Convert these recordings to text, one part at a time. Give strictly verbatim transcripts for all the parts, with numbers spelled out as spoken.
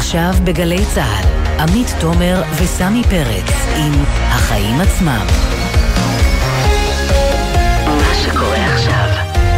עכשיו בגלי צהל, עמית תומר וסמי פרץ עם החיים עצמם. מה שקורה עכשיו.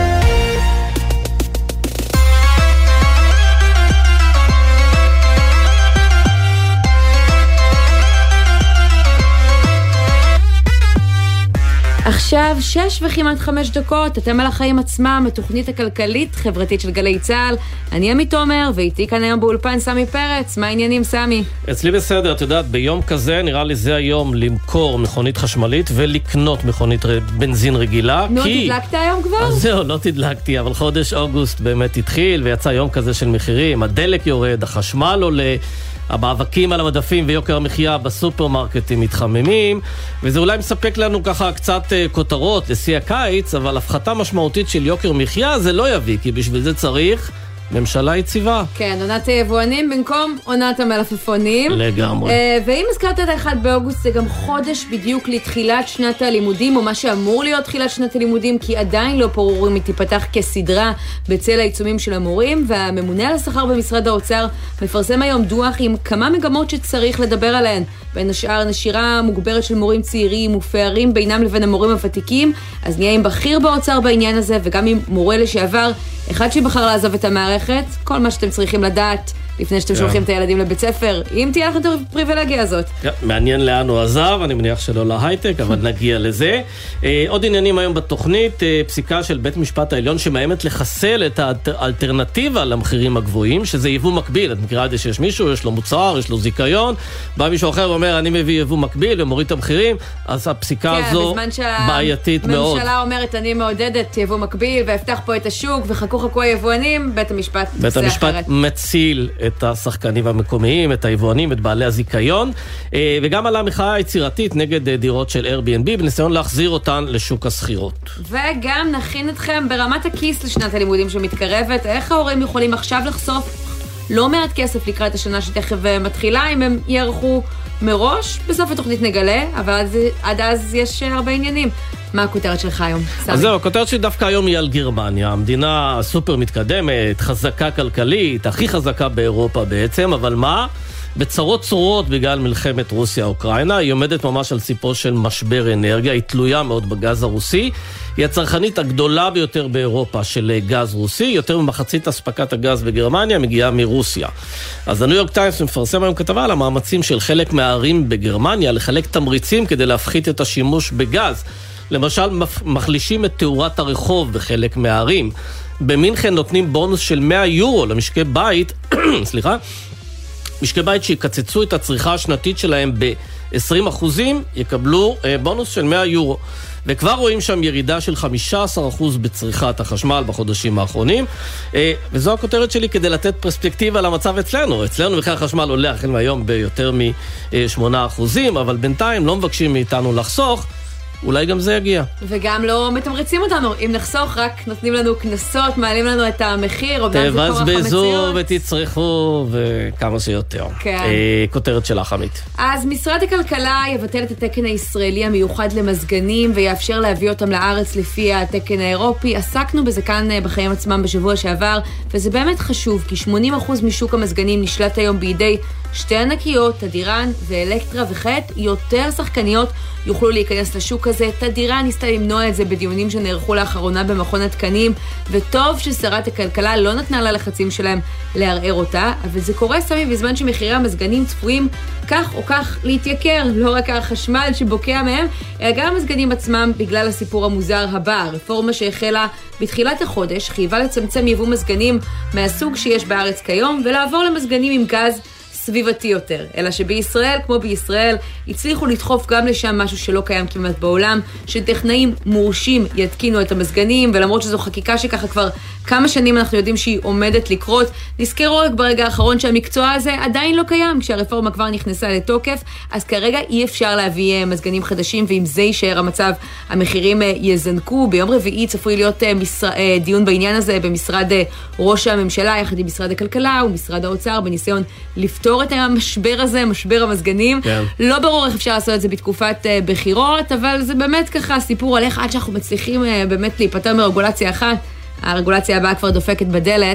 עכשיו שש וכמעט חמש דקות, אתם על החיים עצמם, התוכנית הכלכלית חברתית של גלי צהל. אני עמית תומר, ואיתי כאן היום באולפן סמי פרץ. מה העניינים, סמי? אצלי בסדר, את יודעת, ביום כזה נראה לי זה היום למכור מכונית חשמלית ולקנות מכונית בנזין רגילה. נו, כי... תדלקת היום כבר? אז זהו, לא תדלקתי, אבל חודש אוגוסט באמת התחיל, ויצא יום כזה של מחירים, הדלק יורד, החשמל עולה, המאבקים על המדפים ויוקר המחיה בסופרמרקטים מתחממים, וזה אולי מספק לנו ככה קצת כותרות לשיא הקיץ, אבל הפחתה משמעותית של יוקר מחיה זה לא יביא, כי בשביל זה צריך ממשלה יציבה. כן, עונת היבואנים במקום עונת המלפפונים. לגמרי. ואם הזכרת את האחד באוגוסט, זה גם חודש בדיוק לתחילת שנת הלימודים, או מה שאמור להיות תחילת שנת הלימודים, כי עדיין לא ברור אם היא תיפתח כסדרה בצל העיצומים של המורים, והממונה על השכר במשרד האוצר מפרסם היום דוח עם כמה מגמות שצריך לדבר עליהן. בין השאר נשירה מוגברת של מורים צעירים ופערים בינם לבין המורים הוותיקים, אז נהיה עם בכיר באוצר בעניין הזה, וגם עם מורה לשעבר, אחד שבחר לעזוב את המערכת, כל מה שאתם צריכים לדעת לפני שאתם שולחים את הילדים לבית ספר, אם תהיה לכם את הפריבילגיה הזאת. מעניין לאן הוא עזב, אני מניח שלא להייטק, אבל נגיע לזה. עוד עניינים היום בתוכנית, פסיקה של בית משפט העליון שמאיימת לחסל את האלטרנטיבה למחירים הגבוהים, שזה יבוא מקביל. את מכירה את זה שיש מישהו, יש לו מוצר, יש לו זיקיון, בא מישהו אחר ואומר, אני מביא יבוא מקביל ומוריד את המחירים, אז הפסיקה הזו בעייתית מאוד. הממשלה אומרת, אני מעודדת יבוא מקביל, ואפתח פה את השוק, וחכו חכו היבואנים, בית המשפט בית המשפט מציל את השחקנים המקומיים, את היבואנים, את בעלי הזיקיון, וגם על המחאה היצירתית נגד דירות של Airbnb, בניסיון להחזיר אותן לשוק הסחירות. וגם נכין אתכם ברמת הכיס לשנת הלימודים שמתקרבת, איך ההורים יכולים עכשיו לחשוף לא מעט כסף לקראת השנה שתכף מתחילה, אם הם יערכו מראש, בסוף התוכנית נגלה, אבל עד, עד אז יש הרבה עניינים. מה הכותרת שלך היום? סמי. אז זהו, הכותרת שלי דווקא היום היא על גרמניה, המדינה סופר מתקדמת, חזקה כלכלית, הכי חזקה באירופה בעצם, אבל מה? בצרות צורות בגלל מלחמת רוסיה-אוקראינה, היא עומדת ממש על סיפו של משבר אנרגיה, היא תלויה מאוד בגז הרוסי, היא הצרכנית הגדולה ביותר באירופה של גז רוסי, יותר ממחצית אספקת הגז בגרמניה מגיעה מרוסיה. אז הניו יורק טיימס מפרסם היום כתבה על המאמצים של חלק מהערים בגרמניה לחלק תמריצים כדי להפחית את השימוש בגז. למשל, מחלישים את תאורת הרחוב בחלק מהערים. במינכן נותנים בונוס של מאה יורו למשקי בית, סליחה, משקי בית שיקצצו את הצריכה השנתית שלהם ב-עשרים אחוזים, יקבלו בונוס של מאה יורו. וכבר רואים שם ירידה של חמישה עשר אחוז בצריכת החשמל בחודשים האחרונים. וזו הכותרת שלי כדי לתת פרספקטיבה למצב אצלנו. אצלנו מחיר החשמל עולה החל מהיום ביותר מ-שמונה אחוזים, אבל בינתיים לא מבקשים מאיתנו לחסוך. אולי גם זה יגיע. וגם לא מתמרצים אותנו. אם נחסוך, רק נותנים לנו כנסות, מעלים לנו את המחיר, תבזבזו ותצרכו וכמה שיותר. כן. אה, כותרת שלך, עמית. אז משרד הכלכלה יבטל את התקן הישראלי המיוחד למזגנים, ויאפשר להביא אותם לארץ לפי התקן האירופי. עסקנו בזה כאן בחיים עצמם בשבוע שעבר, וזה באמת חשוב, כי שמונים אחוז משוק המזגנים נשלט היום בידי שתי ענקיות, תדירן ואלקטרה, וכעת יותר שחקניות יוכלו להיכנס לשוק הזה. תדירן ניסתה למנוע את זה בדיונים שנערכו לאחרונה במכון התקנים, וטוב ששרת הכלכלה לא נתנה ללחצים שלהם לערער אותה, אבל זה קורה סמי בזמן שמחירי המזגנים צפויים כך או כך להתייקר, לא רק החשמל שבוקע מהם, אלא גם המזגנים עצמם בגלל הסיפור המוזר הבא. הרפורמה שהחלה בתחילת החודש חייבה לצמצם יבוא מזגנים מהסוג שיש בארץ כיום, ולעבור למזגנים עם גז סביבתי יותר, אלא שבישראל, כמו בישראל, הצליחו לדחוף גם לשם משהו שלא קיים כמעט בעולם, שטכנאים מורשים יתקינו את המזגנים, ולמרות שזו חקיקה שככה כבר כמה שנים אנחנו יודעים שהיא עומדת לקרות, נזכרו רק ברגע האחרון שהמקצוע הזה עדיין לא קיים, כשהרפורמה כבר נכנסה לתוקף, אז כרגע אי אפשר להביא מזגנים חדשים, ואם זה יישאר המצב, המחירים יזנקו. ביום רביעי צפוי להיות משר... דיון בעניין הזה במשרד ראש הממשלה, יחד עם משרד הכלכלה ומשרד האוצר, בניסיון לפתור את המשבר הזה, משבר המזגנים. כן. לא ברור איך אפשר לעשות את זה בתקופת בחירות, אבל זה באמת ככה סיפור על איך עד שאנחנו מצליחים באמת להיפטר מרגולציה אחת, הרגולציה הבאה כבר דופקת בדלת,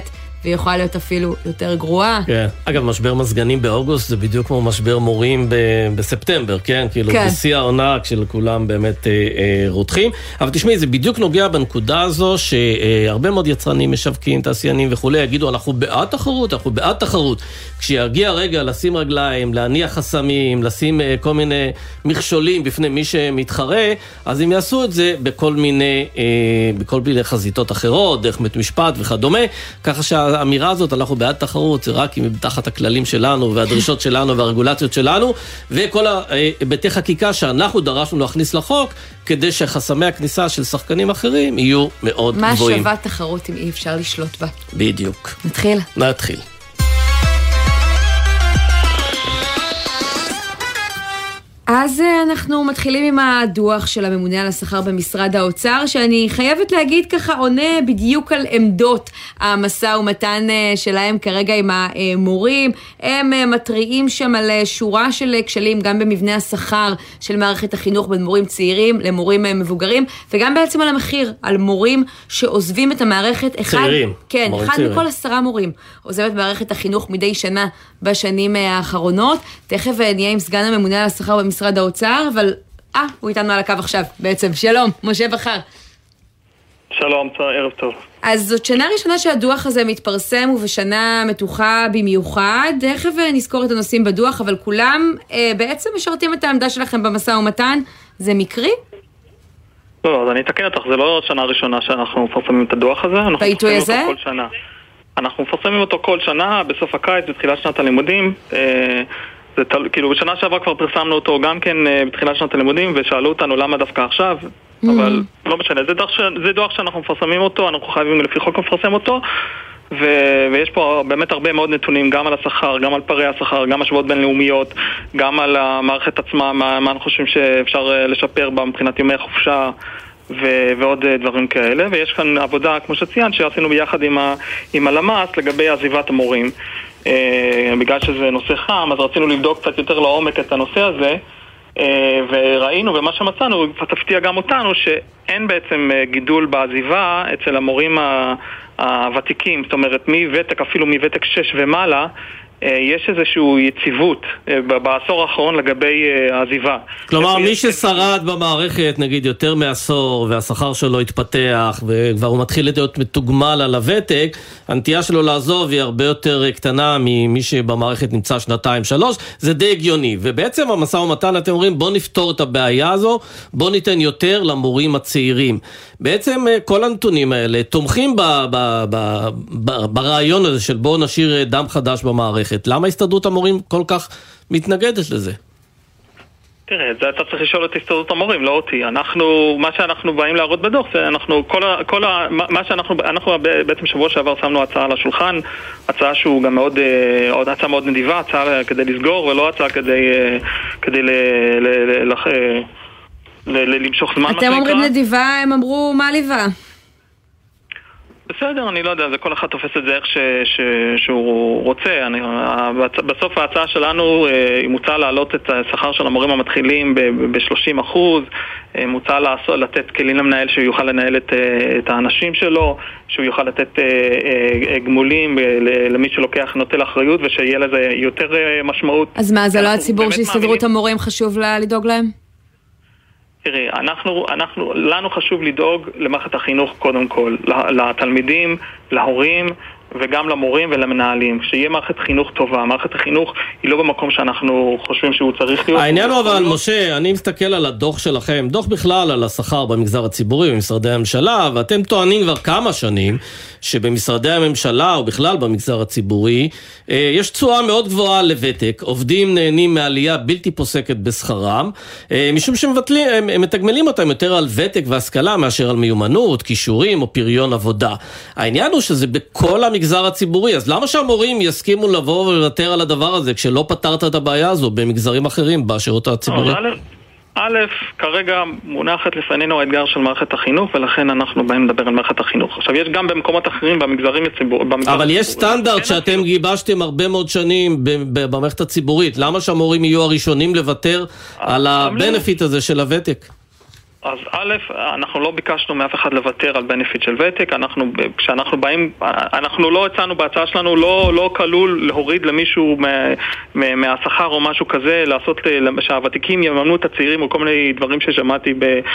והיא יכולה להיות אפילו יותר גרועה. כן. אגב, משבר מזגנים באוגוסט זה בדיוק כמו משבר מורים ב- בספטמבר, כן? כאילו, כן. בשיא העונה, כשכולם באמת אה, אה, רותחים. אבל תשמעי, זה בדיוק נוגע בנקודה הזו, שהרבה מאוד יצרנים, משווקים, תעשיינים וכולי, יגידו, אנחנו בעד תחרות, אנחנו בעד תחרות. כשיגיע רגע לשים רגליים, להניח חסמים, לשים אה, כל מיני מכשולים בפני מי שמתחרה, אז הם יעשו את זה בכל מיני, אה, בכל מיני חזיתות אחרות, דרך בית משפט וכדומה, ככה שהאמירה הזאת, אנחנו בעד תחרות, זה רק אם תחת הכללים שלנו, והדרישות שלנו, והרגולציות שלנו, וכל היבטי חקיקה שאנחנו דרשנו להכניס לחוק, כדי שחסמי הכניסה של שחקנים אחרים יהיו מאוד מה גבוהים. מה שווה תחרות אם אי אפשר לשלוט בה? בדיוק. נתחיל. נתחיל. אז אנחנו מתחילים עם הדוח של הממונה על השכר במשרד האוצר, שאני חייבת להגיד ככה, עונה בדיוק על עמדות המשא ומתן שלהם כרגע עם המורים. הם מטריעים שם על שורה של כשלים, גם במבנה השכר של מערכת החינוך בין מורים צעירים למורים מבוגרים, וגם בעצם על המחיר, על מורים שעוזבים את המערכת. צעירים. אחד, כן, אחד צעירים. מכל עשרה מורים עוזב את מערכת החינוך מדי שנה בשנים האחרונות. תכף נהיה עם סגן הממונה על השכר במשרד משרד האוצר, אבל אה, הוא איתנו על הקו עכשיו, בעצם. שלום, משה בחר. שלום, ערב טוב. אז זאת שנה ראשונה שהדוח הזה מתפרסם, ובשנה מתוחה במיוחד. תכף נזכור את הנושאים בדוח, אבל כולם אה, בעצם משרתים את העמדה שלכם במשא ומתן. זה מקרי? לא, לא, אז אני אתקן אותך, זה לא שנה ראשונה שאנחנו מפרסמים את הדוח הזה. בעיתוי הזה? כל שנה. אנחנו מפרסמים אותו כל שנה, בסוף הקיץ, בתחילת שנת הלימודים. אה, זה תל... כאילו בשנה שעברה כבר פרסמנו אותו גם כן uh, בתחילת שנת הלימודים, ושאלו אותנו למה דווקא עכשיו, mm-hmm. אבל לא משנה, זה דוח, ש... זה דוח שאנחנו מפרסמים אותו, אנחנו חייבים לפי חוק לפרסם אותו, ו... ויש פה באמת הרבה מאוד נתונים, גם על השכר, גם על פערי השכר, גם השוואות בינלאומיות, גם על המערכת עצמה, מה, מה אנחנו חושבים שאפשר לשפר בה מבחינת ימי חופשה, ו- ועוד דברים כאלה, ויש כאן עבודה, כמו שציין, שעשינו ביחד עם, ה- עם הלמ"ס לגבי עזיבת המורים. Uh, בגלל שזה נושא חם, אז רצינו לבדוק קצת יותר לעומק את הנושא הזה, uh, וראינו, ומה שמצאנו, תפתיע גם אותנו, שאין בעצם uh, גידול בעזיבה אצל המורים הוותיקים, זאת אומרת, מוותק, אפילו מוותק שש ומעלה, יש איזושהי יציבות בעשור האחרון לגבי העזיבה. כלומר, מי ששרד במערכת, נגיד, יותר מעשור, והשכר שלו התפתח, וכבר הוא מתחיל להיות מתוגמל על הוותק, הנטייה שלו לעזוב היא הרבה יותר קטנה ממי שבמערכת נמצא שנתיים, שלוש, זה די הגיוני. ובעצם המשא ומתן, אתם אומרים, בוא נפתור את הבעיה הזו, בוא ניתן יותר למורים הצעירים. בעצם כל הנתונים האלה תומכים ב, ב, ב, ב, ברעיון הזה של בוא נשאיר דם חדש במערכת. למה הסתדרות המורים כל כך מתנגדת לזה? תראה, זה אתה צריך לשאול את הסתדרות המורים, לא אותי. אנחנו, מה שאנחנו באים להראות בדוח, זה אנחנו, כל ה, כל ה, מה שאנחנו, אנחנו בעצם שבוע שעבר שמנו הצעה על השולחן, הצעה שהוא גם מאוד, עוד הצעה מאוד נדיבה, הצעה כדי לסגור, ולא הצעה כדי, כדי ל, ל, ל, לח, למשוך זמן. אתם אומרים נדיבה, הם אמרו מה ליבה? בסדר, אני לא יודע, זה כל אחד תופס את זה איך ש, ש, שהוא רוצה. אני, בסוף ההצעה שלנו היא מוצע להעלות את השכר של המורים המתחילים ב-שלושים אחוז, מוצע לעשות, לתת כלים למנהל שהוא יוכל לנהל את, את האנשים שלו, שהוא יוכל לתת גמולים למי שלוקח נוטל אחריות, ושיהיה לזה יותר משמעות. אז מה, זה לא הציבור שהסתדרות המורים חשוב לה לדאוג להם? תראי, אנחנו, אנחנו, לנו חשוב לדאוג למערכת החינוך קודם כל, לתלמידים, להורים וגם למורים ולמנהלים. שיהיה מערכת חינוך טובה. מערכת החינוך היא לא במקום שאנחנו חושבים שהוא צריך להיות. העניין הוא אבל, משה, אני מסתכל על הדוח שלכם, דוח בכלל על השכר במגזר הציבורי, במשרדי הממשלה, ואתם טוענים כבר כמה שנים שבמשרדי הממשלה, או בכלל במגזר הציבורי, יש תשואה מאוד גבוהה לוותק, עובדים נהנים מעלייה בלתי פוסקת בשכרם, משום שמבטלים, הם מתגמלים אותם יותר על ותק והשכלה מאשר על מיומנות, כישורים או פריון עבודה. העניין הוא שזה בכל המגזר הציבורי, אז למה שהמורים יסכימו לבוא ולוותר על הדבר הזה, כשלא פתרת את הבעיה הזו במגזרים אחרים בשירות הציבורי? א', כרגע מונחת לפנינו האתגר של מערכת החינוך, ולכן אנחנו באים לדבר על מערכת החינוך. עכשיו, יש גם במקומות אחרים במגזרים הציבוריים. אבל יש סטנדרט שאתם גיבשתם הרבה מאוד שנים במערכת הציבורית. למה שהמורים יהיו הראשונים לוותר על הבנפיט הזה של הוותק? אז א', אנחנו לא ביקשנו מאף אחד לוותר על בנפיט של ותק, אנחנו, כשאנחנו באים, אנחנו לא הצענו בהצעה שלנו, לא, לא כלול להוריד למישהו מהשכר או משהו כזה, לעשות, שהוותיקים יממנו את הצעירים או כל מיני דברים ששמעתי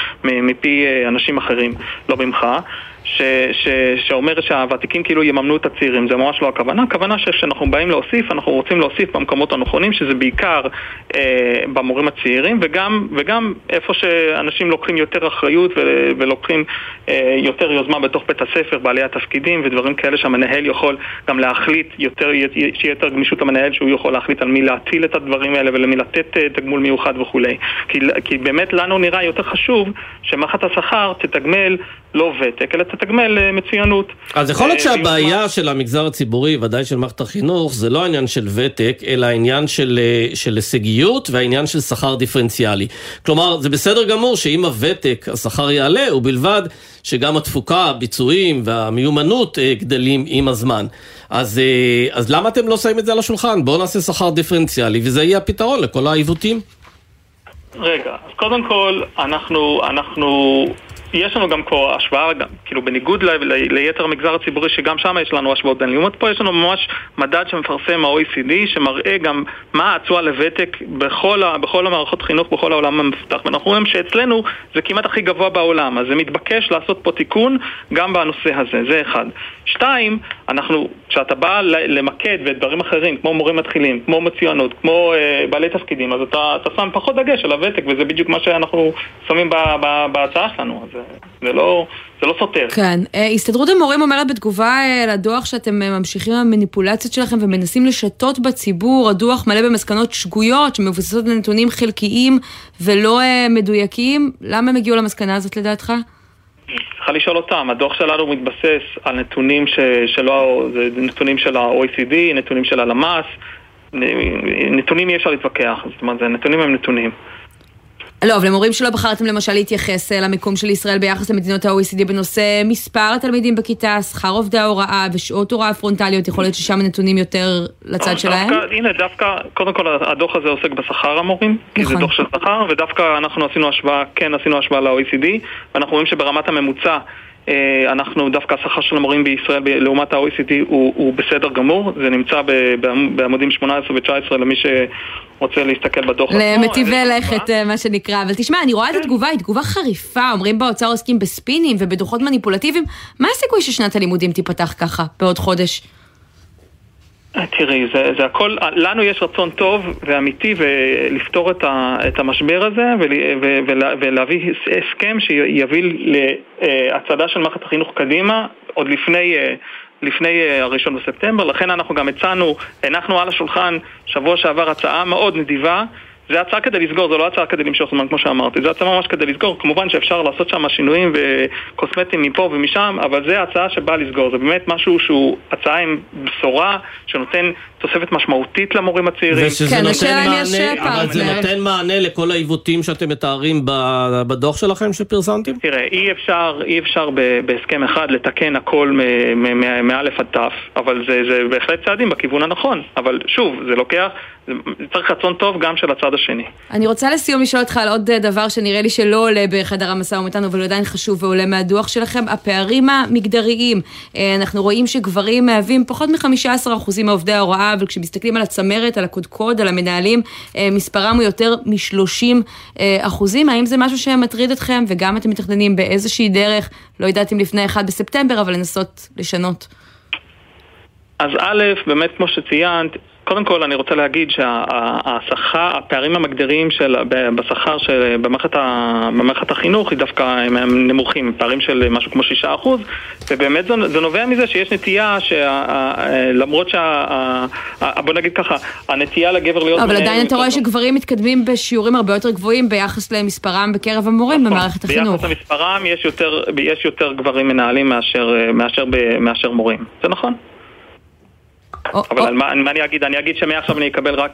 מפי אנשים אחרים, לא ממך. ש, ש, שאומר שהוותיקים כאילו יממנו את הצעירים, זה ממש לא הכוונה. הכוונה שכשאנחנו באים להוסיף, אנחנו רוצים להוסיף במקומות הנכונים, שזה בעיקר אה, במורים הצעירים, וגם, וגם איפה שאנשים לוקחים יותר אחריות ו, ולוקחים אה, יותר יוזמה בתוך בית הספר, בעלי התפקידים ודברים כאלה שהמנהל יכול גם להחליט, יותר, שיהיה יותר גמישות המנהל שהוא יכול להחליט על מי להטיל את הדברים האלה ולמי לתת אה, תגמול מיוחד וכו'. כי, כי באמת לנו נראה יותר חשוב שמערכת השכר תתגמל לא ותק, אלא תתגמל מצוינות. אז יכול להיות שהבעיה של המגזר הציבורי, ודאי של מערכת החינוך, זה לא העניין של ותק, אלא העניין של, של הישגיות והעניין של שכר דיפרנציאלי. כלומר, זה בסדר גמור שאם הוותק, השכר יעלה, ובלבד שגם התפוקה, הביצועים והמיומנות גדלים עם הזמן. אז, אז למה אתם לא שמים את זה על השולחן? בואו נעשה שכר דיפרנציאלי, וזה יהיה הפתרון לכל העיוותים. רגע, אז קודם כל, אנחנו, אנחנו... יש לנו גם פה השוואה, גם, כאילו בניגוד ל, ל, ליתר המגזר הציבורי, שגם שם יש לנו השוואות בינלאומיות, פה יש לנו ממש מדד שמפרסם ה-או אי סי די, שמראה גם מה התשואה לוותק בכל, ה, בכל המערכות חינוך, בכל העולם המפותח. ואנחנו רואים שאצלנו זה כמעט הכי גבוה בעולם, אז זה מתבקש לעשות פה תיקון גם בנושא הזה, זה אחד. שתיים, אנחנו, כשאתה בא למקד ודברים אחרים, כמו מורים מתחילים, כמו מצוינות, כמו אה, בעלי תפקידים, אז אתה, אתה שם פחות דגש על הוותק, וזה בדיוק מה שאנחנו שמים ב, ב, בהצעה שלנו. אז זה לא, זה לא סותר. כן. הסתדרות המורים אומרת בתגובה לדוח שאתם ממשיכים המניפולציות שלכם ומנסים לשתות בציבור. הדוח מלא במסקנות שגויות שמבוססות על נתונים חלקיים ולא מדויקים. למה הם הגיעו למסקנה הזאת לדעתך? צריכה לשאול אותם. הדוח שלנו מתבסס על נתונים ש, שלא, זה נתונים של ה-או אי סי די, נתונים של הלמ"ס. נתונים אי אפשר להתווכח. זאת אומרת, נתונים הם נתונים. לא, אבל למורים שלא בחרתם למשל להתייחס למיקום של ישראל ביחס למדינות ה-או אי סי די בנושא מספר התלמידים בכיתה, שכר עובדי ההוראה ושעות הוראה פרונטליות, יכול להיות ששם הנתונים יותר לצד שלהם? הנה, דווקא, קודם כל הדוח הזה עוסק בשכר המורים, כי זה דוח של שכר, ודווקא אנחנו עשינו השוואה, כן עשינו השוואה ל-או אי סי די, ואנחנו רואים שברמת הממוצע, אנחנו דווקא השכר של המורים בישראל לעומת ה-או אי סי די הוא, הוא בסדר גמור, זה נמצא בעמודים שמונה עשרה ו-תשע עשרה למי שרוצה להסתכל בדוח עצמו. למטיבי לכת מה שנקרא, אבל תשמע, אני רואה את התגובה, היא תגובה חריפה, אומרים באוצר עוסקים בספינים ובדוחות מניפולטיביים, מה הסיכוי ששנת הלימודים תיפתח ככה בעוד חודש? תראי, זה, זה הכל, לנו יש רצון טוב ואמיתי ולפתור את, ה, את המשבר הזה ול, ו, ולה, ולהביא הסכם שיביא להצעדה של מערכת החינוך קדימה עוד לפני, לפני הראשון בספטמבר. לכן אנחנו גם הצענו, הנחנו על השולחן שבוע שעבר הצעה מאוד נדיבה. זה הצעה כדי לסגור, זה לא הצעה כדי למשוך זמן כמו שאמרתי, זה הצעה ממש כדי לסגור. כמובן שאפשר לעשות שם שינויים וקוסמטיים מפה ומשם, אבל זה הצעה שבאה לסגור. זה באמת משהו שהוא הצעה עם בשורה שנותן תוספת משמעותית למורים הצעירים. ושזה כן, נותן מענה, אבל זה נותן מענה לכל העיוותים שאתם מתארים בדוח שלכם שפרסמתם? תראה, אי אפשר, אי אפשר בהסכם אחד לתקן הכל מאלף עד תף, אבל זה, זה בהחלט צעדים בכיוון הנכון. אבל שוב, זה לוקח, זה צריך רצון טוב גם של הצד השני. אני רוצה לסיום לשאול אותך על עוד דבר שנראה לי שלא עולה בחדר המשא ומתן, אבל עדיין חשוב ועולה מהדוח שלכם, הפערים המגדריים. אנחנו רואים שגברים מהווים פחות מ-חמישה עשר אחוז מעובדי ההוראה, אבל כשמסתכלים על הצמרת, על הקודקוד, על המנהלים, מספרם הוא יותר מ-שלושים אחוזים. האם זה משהו שמטריד אתכם, וגם אתם מתכננים באיזושהי דרך, לא יודעת אם לפני אחד בספטמבר, אבל לנסות לשנות? אז א', באמת כמו שציינת, קודם כל אני רוצה להגיד שהשכר, הפערים המגדריים של, בשכר של, במערכת, במערכת החינוך היא דווקא הם נמוכים, פערים של משהו כמו שישה אחוז, ובאמת זה, זה נובע מזה שיש נטייה, למרות שה... בוא נגיד ככה, הנטייה לגבר להיות... אבל עדיין אתה רואה שגברים מתקדמים בשיעורים הרבה יותר גבוהים ביחס למספרם בקרב המורים במערכת החינוך. ביחס למספרם יש יותר, יש יותר גברים מנהלים מאשר, מאשר, מאשר מורים. זה נכון? אבל מה אני אגיד? אני אגיד שמעכשיו אני אקבל רק,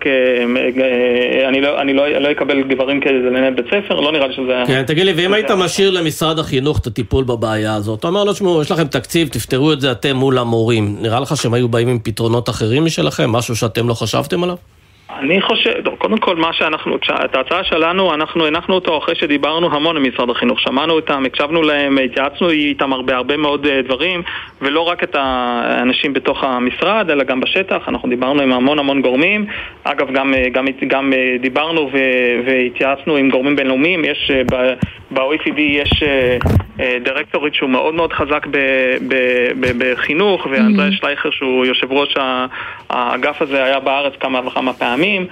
אני לא אקבל גברים כדי לנהל בית ספר, לא נראה לי שזה... כן, תגיד לי, ואם היית משאיר למשרד החינוך את הטיפול בבעיה הזאת, אתה אומר לו, שמו, יש לכם תקציב, תפתרו את זה אתם מול המורים, נראה לך שהם היו באים עם פתרונות אחרים משלכם, משהו שאתם לא חשבתם עליו? אני חושב, קודם כל מה שאנחנו, את ההצעה שלנו, אנחנו הנחנו אותו אחרי שדיברנו המון עם משרד החינוך, שמענו אותם, הקשבנו להם, התייעצנו איתם הרבה הרבה מאוד דברים, ולא רק את האנשים בתוך המשרד, אלא גם בשטח, אנחנו דיברנו עם המון המון גורמים, אגב גם, גם, גם דיברנו והתייעצנו עם גורמים בינלאומיים, יש ב-או אי סי די יש דירקטורית שהוא מאוד מאוד חזק בחינוך, ואנדרי שלייכר שהוא יושב ראש האגף הזה היה בארץ כמה וכמה פעמים,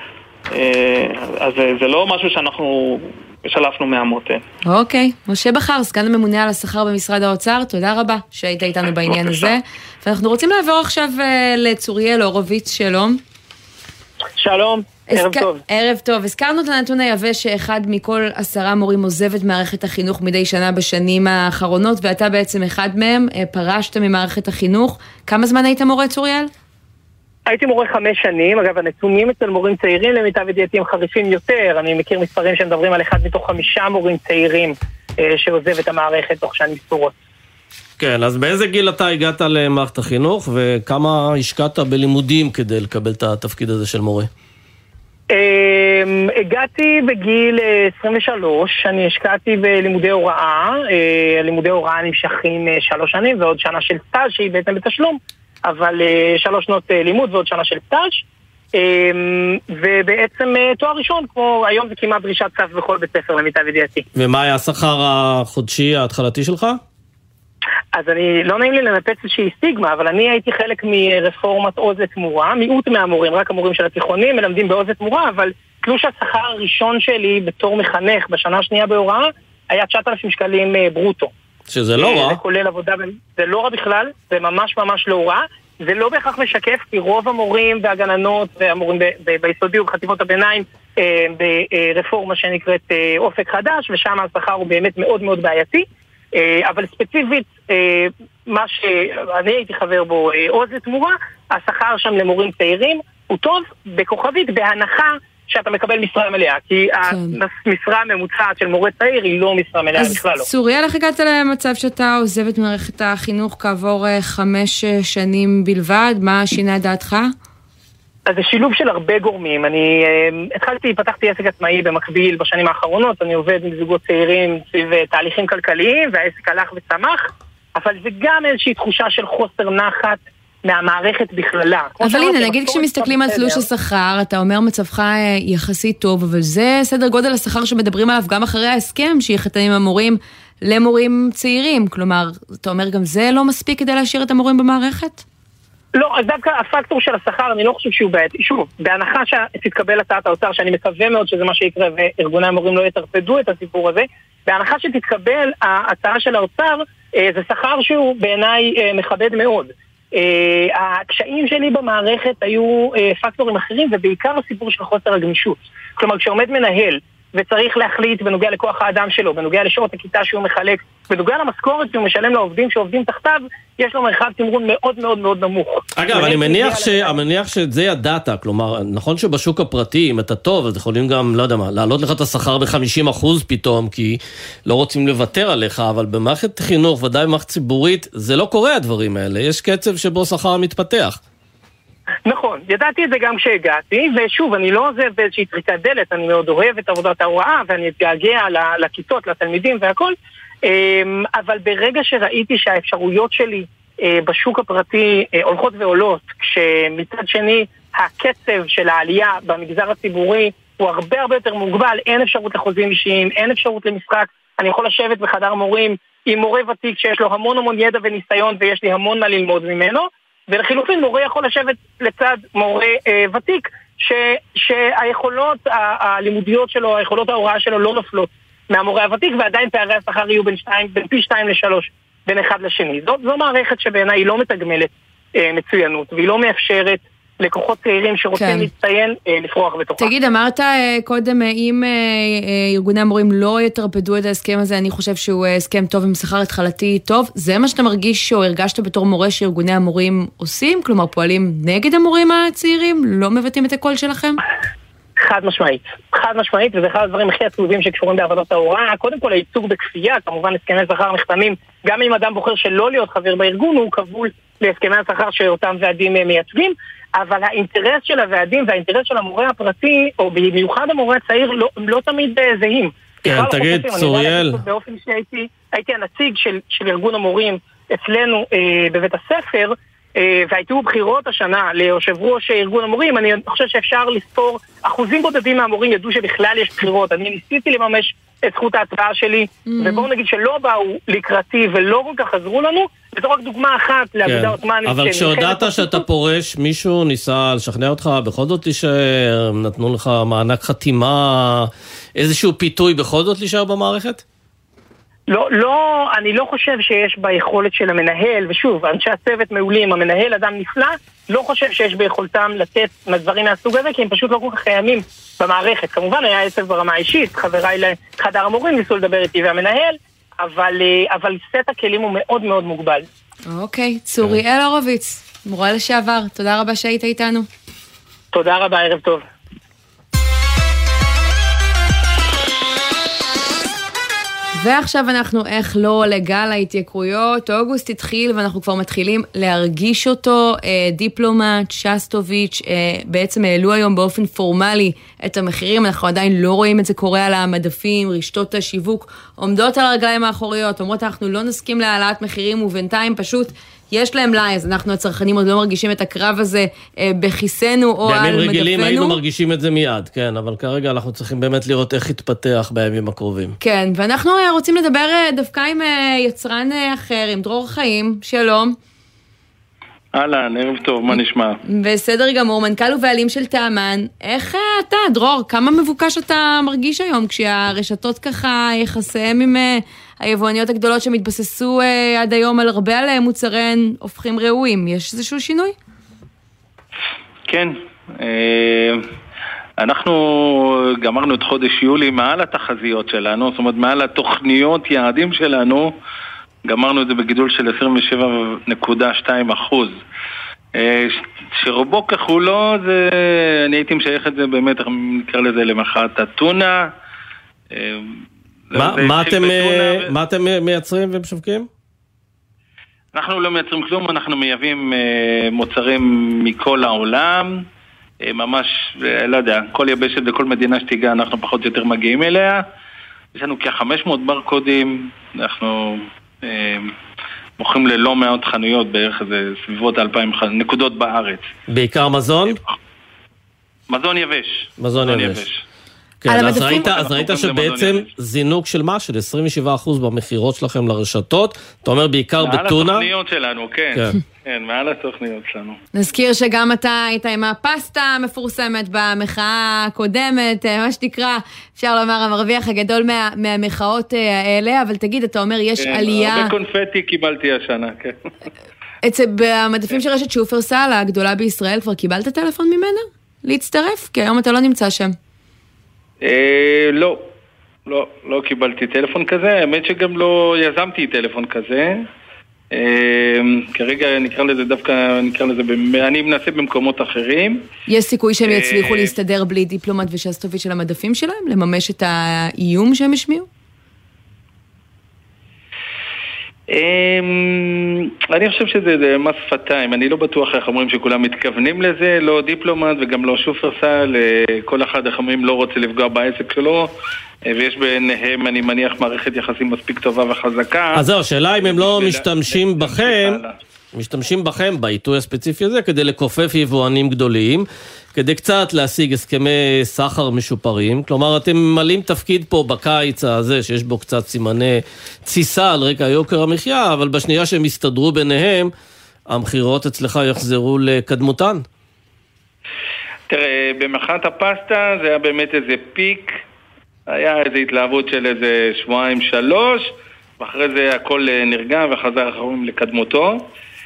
אז זה לא משהו שאנחנו שלפנו מהמותן. אוקיי, משה בכר, סגן הממונה על השכר במשרד האוצר, תודה רבה שהיית איתנו בעניין הזה, ואנחנו רוצים לעבור עכשיו לצוריאל הורוביץ, שלום. שלום, ערב טוב. ערב טוב, הזכרנו את הנתון היבש שאחד מכל עשרה מורים עוזב את מערכת החינוך מדי שנה בשנים האחרונות, ואתה בעצם אחד מהם, פרשת ממערכת החינוך. כמה זמן היית מורה, צוריאל? הייתי מורה חמש שנים, אגב הנתונים אצל מורים צעירים למיטב ידיעתי הם חריפים יותר, אני מכיר מספרים שמדברים על אחד מתוך חמישה מורים צעירים אה, שעוזב את המערכת תוך שנים ספורות. כן, אז באיזה גיל אתה הגעת למערכת החינוך וכמה השקעת בלימודים כדי לקבל את התפקיד הזה של מורה? אה, הגעתי בגיל עשרים ושלוש, אני השקעתי בלימודי הוראה, אה, לימודי הוראה נמשכים שלוש שנים ועוד שנה של סטאז' שהיא בעצם בתשלום. אבל uh, שלוש שנות uh, לימוד ועוד שנה של סטאז' um, ובעצם uh, תואר ראשון, כמו היום זה כמעט דרישת סף בכל בית ספר למיטב ידיעתי. ומה היה השכר החודשי ההתחלתי שלך? אז אני, לא נעים לי לנפץ איזושהי סטיגמה, אבל אני הייתי חלק מרפורמת עוז לתמורה, מיעוט מהמורים, רק המורים של התיכונים מלמדים בעוז לתמורה, אבל תלוש השכר הראשון שלי בתור מחנך בשנה השנייה בהוראה היה תשעת אלפים שקלים uh, ברוטו. שזה לא רע. זה כולל עבודה, זה לא רע בכלל, זה ממש ממש לא רע. זה לא בהכרח משקף, כי רוב המורים והגננות והמורים ביסודי ובחטיבות הביניים ברפורמה שנקראת אופק חדש, ושם השכר הוא באמת מאוד מאוד בעייתי. אבל ספציפית, מה שאני הייתי חבר בו, עוז לתמורה, השכר שם למורים צעירים הוא טוב, בכוכבית, בהנחה שאתה מקבל משרה מלאה, כי המשרה הממוצעת של מורה צעיר היא לא משרה מלאה בכלל לא. אז צוריאל, איך הגעת למצב שאתה עוזב את מערכת החינוך כעבור חמש שנים בלבד? מה שינה דעתך? אז זה שילוב של הרבה גורמים. אני התחלתי, פתחתי עסק עצמאי במקביל בשנים האחרונות, אני עובד עם זוגות צעירים סביב תהליכים כלכליים, והעסק הלך וצמח, אבל זה גם איזושהי תחושה של חוסר נחת מהמערכת בכללה. אבל הנה, נגיד כשמסתכלים על תלוש השכר, אתה אומר מצבך יחסית טוב, אבל זה סדר גודל השכר שמדברים עליו גם אחרי ההסכם שיחתם עם המורים למורים צעירים. כלומר, אתה אומר גם זה לא מספיק כדי להשאיר את המורים במערכת? לא, אז דווקא הפקטור של השכר, אני לא חושב שהוא בעייתי. שוב, בהנחה שתתקבל הצעת האוצר, שאני מקווה מאוד שזה מה שיקרה, וארגוני המורים לא יתרפדו את הסיפור הזה, בהנחה שתתקבל ההצעה של האוצר, זה שכר שהוא בעיניי מכבד מאוד. Uh, הקשיים שלי במערכת היו uh, פקטורים אחרים, ובעיקר הסיפור של חוסר הגמישות. כלומר, כשעומד מנהל וצריך להחליט בנוגע לכוח האדם שלו, בנוגע לשעות הכיתה שהוא מחלק, בנוגע למשכורת שהוא משלם לעובדים שעובדים תחתיו, יש לו מרחב תמרון מאוד מאוד מאוד נמוך. אגב, אני מניח, ש... מניח שזה ידעת, כלומר, נכון שבשוק הפרטי, אם אתה טוב, אז יכולים גם, לא יודע מה, להעלות לך את השכר ב-חמישים אחוז פתאום, כי לא רוצים לוותר עליך, אבל במערכת חינוך, ודאי במערכת ציבורית, זה לא קורה הדברים האלה. יש קצב שבו שכר מתפתח. נכון, ידעתי את זה גם כשהגעתי, ושוב, אני לא עוזב באיזושהי טריקת דלת, אני מאוד אוהב את עבודת ההוראה, ואני אתגעגע לכיתות, לתלמידים והכל, אבל ברגע שראיתי שהאפשרויות שלי בשוק הפרטי הולכות ועולות, כשמצד שני הקצב של העלייה במגזר הציבורי הוא הרבה הרבה יותר מוגבל, אין אפשרות לחוזים אישיים, אין אפשרות למשחק, אני יכול לשבת בחדר מורים עם מורה ותיק שיש לו המון המון ידע וניסיון ויש לי המון מה ללמוד ממנו, ולחילופין מורה יכול לשבת לצד מורה אה, ותיק ש, שהיכולות הלימודיות שלו, היכולות ההוראה שלו לא נופלות מהמורה הוותיק, ועדיין פערי השכר יהיו בין, שתיים, בין פי שתיים לשלוש בין אחד לשני. זו, זו מערכת שבעיניי היא לא מתגמלת אה, מצוינות, והיא לא מאפשרת לקוחות צעירים שרוצים כן. להצטיין, אה, לפרוח בתוכה. תגיד, אמרת אה, קודם, אה, אם אה, אה, ארגוני המורים לא יתרפדו את ההסכם הזה, אני חושב שהוא אה, הסכם טוב עם שכר התחלתי טוב. זה מה שאתה מרגיש או הרגשת בתור מורה שארגוני המורים עושים? כלומר, פועלים נגד המורים הצעירים? לא מבטאים את הקול שלכם? חד משמעית. חד משמעית, וזה אחד הדברים הכי עצובים שקשורים בעבודת ההוראה. קודם כל, הייצוג בכפייה, כמובן הסכמי שכר נחתמים, גם אם אדם בוחר שלא להיות חבר בארגון, הוא כבול להסכמי השכר שאותם ועדים מייצגים, אבל האינטרס של הוועדים והאינטרס של המורה הפרטי, או במיוחד המורה הצעיר, לא, לא תמיד זהים. כן, תגיד, צוריאל. באופן שהייתי, הייתי הנציג של, של ארגון המורים אצלנו אה, בבית הספר, אה, והייתו בחירות השנה ליושב ראש ארגון המורים, אני חושב שאפשר לספור, אחוזים בודדים מהמורים ידעו שבכלל יש בחירות, אני ניסיתי לממש את זכות ההצבעה שלי, mm. ובואו נגיד שלא באו לקראתי ולא כל כך עזרו לנו, וזו רק דוגמה אחת לאגודה כן. עות'מאנית. אבל כשהודעת שאתה פורש, מישהו ניסה לשכנע אותך, בכל זאת להישאר, נתנו לך מענק חתימה, איזשהו פיתוי בכל זאת להישאר במערכת? לא, לא, אני לא חושב שיש ביכולת של המנהל, ושוב, אנשי הצוות מעולים, המנהל אדם נפלא, לא חושב שיש ביכולתם לתת דברים מהסוג הזה, כי הם פשוט לא כל כך קיימים במערכת. כמובן היה עצב ברמה האישית, חבריי לחדר המורים ניסו לדבר איתי והמנהל, אבל, אבל סט הכלים הוא מאוד מאוד מוגבל. אוקיי, צוריאל הורוביץ, מורה לשעבר, תודה רבה שהיית איתנו. תודה רבה, ערב טוב. ועכשיו אנחנו איך לא לגל ההתייקרויות, אוגוסט התחיל ואנחנו כבר מתחילים להרגיש אותו, דיפלומט, שסטוביץ' בעצם העלו היום באופן פורמלי את המחירים, אנחנו עדיין לא רואים את זה קורה על המדפים, רשתות השיווק עומדות על הרגליים האחוריות, אומרות אנחנו לא נסכים להעלאת מחירים ובינתיים פשוט יש להם לי, אז אנחנו הצרכנים עוד לא מרגישים את הקרב הזה בכיסנו או על מדפנו. בימים רגילים היינו מרגישים את זה מיד, כן, אבל כרגע אנחנו צריכים באמת לראות איך יתפתח בימים הקרובים. כן, ואנחנו רוצים לדבר דווקא עם יצרן אחר, עם דרור חיים, שלום. אהלן, ערב טוב, מה נשמע? בסדר גמור, מנכ"ל ובעלים של טעמן, איך אתה, דרור, כמה מבוקש אתה מרגיש היום כשהרשתות ככה יחסיהם עם היבואניות הגדולות שמתבססו עד היום על הרבה על מוצריהן הופכים ראויים, יש איזשהו שינוי? כן, אנחנו גמרנו את חודש יולי מעל התחזיות שלנו, זאת אומרת מעל התוכניות יעדים שלנו, גמרנו את זה בגידול של עשרים ושבע נקודה שתיים אחוז. שרובו כחולו, זה, אני הייתי משייך את זה באמת, נקרא לזה למחאת הטונה. מה, מה, אתם, מה אתם מייצרים ומשווקים? אנחנו לא מייצרים כלום, אנחנו מייבאים מוצרים מכל העולם, ממש, לא יודע, כל יבשת וכל מדינה שתיגע, אנחנו פחות או יותר מגיעים אליה. יש לנו כ-חמש מאות ברקודים, אנחנו מוכרים ללא מאות חנויות, בערך איזה סביבות אלפיים נקודות בארץ. בעיקר מזון? מזון יבש. מזון יבש. כן, אז ראית, אז ראית שבעצם זינוק של מה? של עשרים ושבעה אחוז במחירות שלכם לרשתות, אתה אומר בעיקר בטונה? מעל התוכניות שלנו, כן. כן, מעל התוכניות שלנו. נזכיר שגם אתה היית עם הפסטה המפורסמת במחאה הקודמת, מה שתקרא, אפשר לומר, המרוויח הגדול מה, מהמחאות האלה, אבל תגיד, אתה אומר, יש כן, עלייה... הרבה קונפטי קיבלתי השנה, כן. אצל, במדפים של רשת שופרסל, הגדולה בישראל, כבר קיבלת טלפון ממנה? להצטרף? כי היום אתה לא נמצא שם. אה, לא, לא, לא קיבלתי טלפון כזה, האמת שגם לא יזמתי טלפון כזה. כרגע נקרא לזה דווקא, נקרא לזה, אני מנסה במקומות אחרים. יש סיכוי שהם יצליחו להסתדר בלי דיפלומט ושסטוביץ' של המדפים שלהם? לממש את האיום שהם השמיעו? אני חושב שזה מס שפתיים, אני לא בטוח איך אומרים שכולם מתכוונים לזה, לא דיפלומט וגם לא שופרסל, כל אחד איך אומרים לא רוצה לפגוע בעסק שלו, ויש ביניהם, אני מניח, מערכת יחסים מספיק טובה וחזקה. אז זהו, השאלה אם הם לא משתמשים בכם, משתמשים בכם בעיתוי הספציפי הזה, כדי לקופף יבואנים גדולים, כדי קצת להשיג הסכמי סחר משופרים, כלומר, אתם ממלאים תפקיד פה בקיץ הזה, שיש בו קצת סימני ציסה על רקע יוקר המחיה, אבל בשנייה שהם יסתדרו ביניהם, המחירות אצלך יחזרו לקדמותן. תראה, במחאת הפסטה זה היה באמת איזה פיק, היה איזו התלהבות של איזה שבועיים שלוש, ואחרי זה הכל נרגע וחזר אחרים לקדמותו.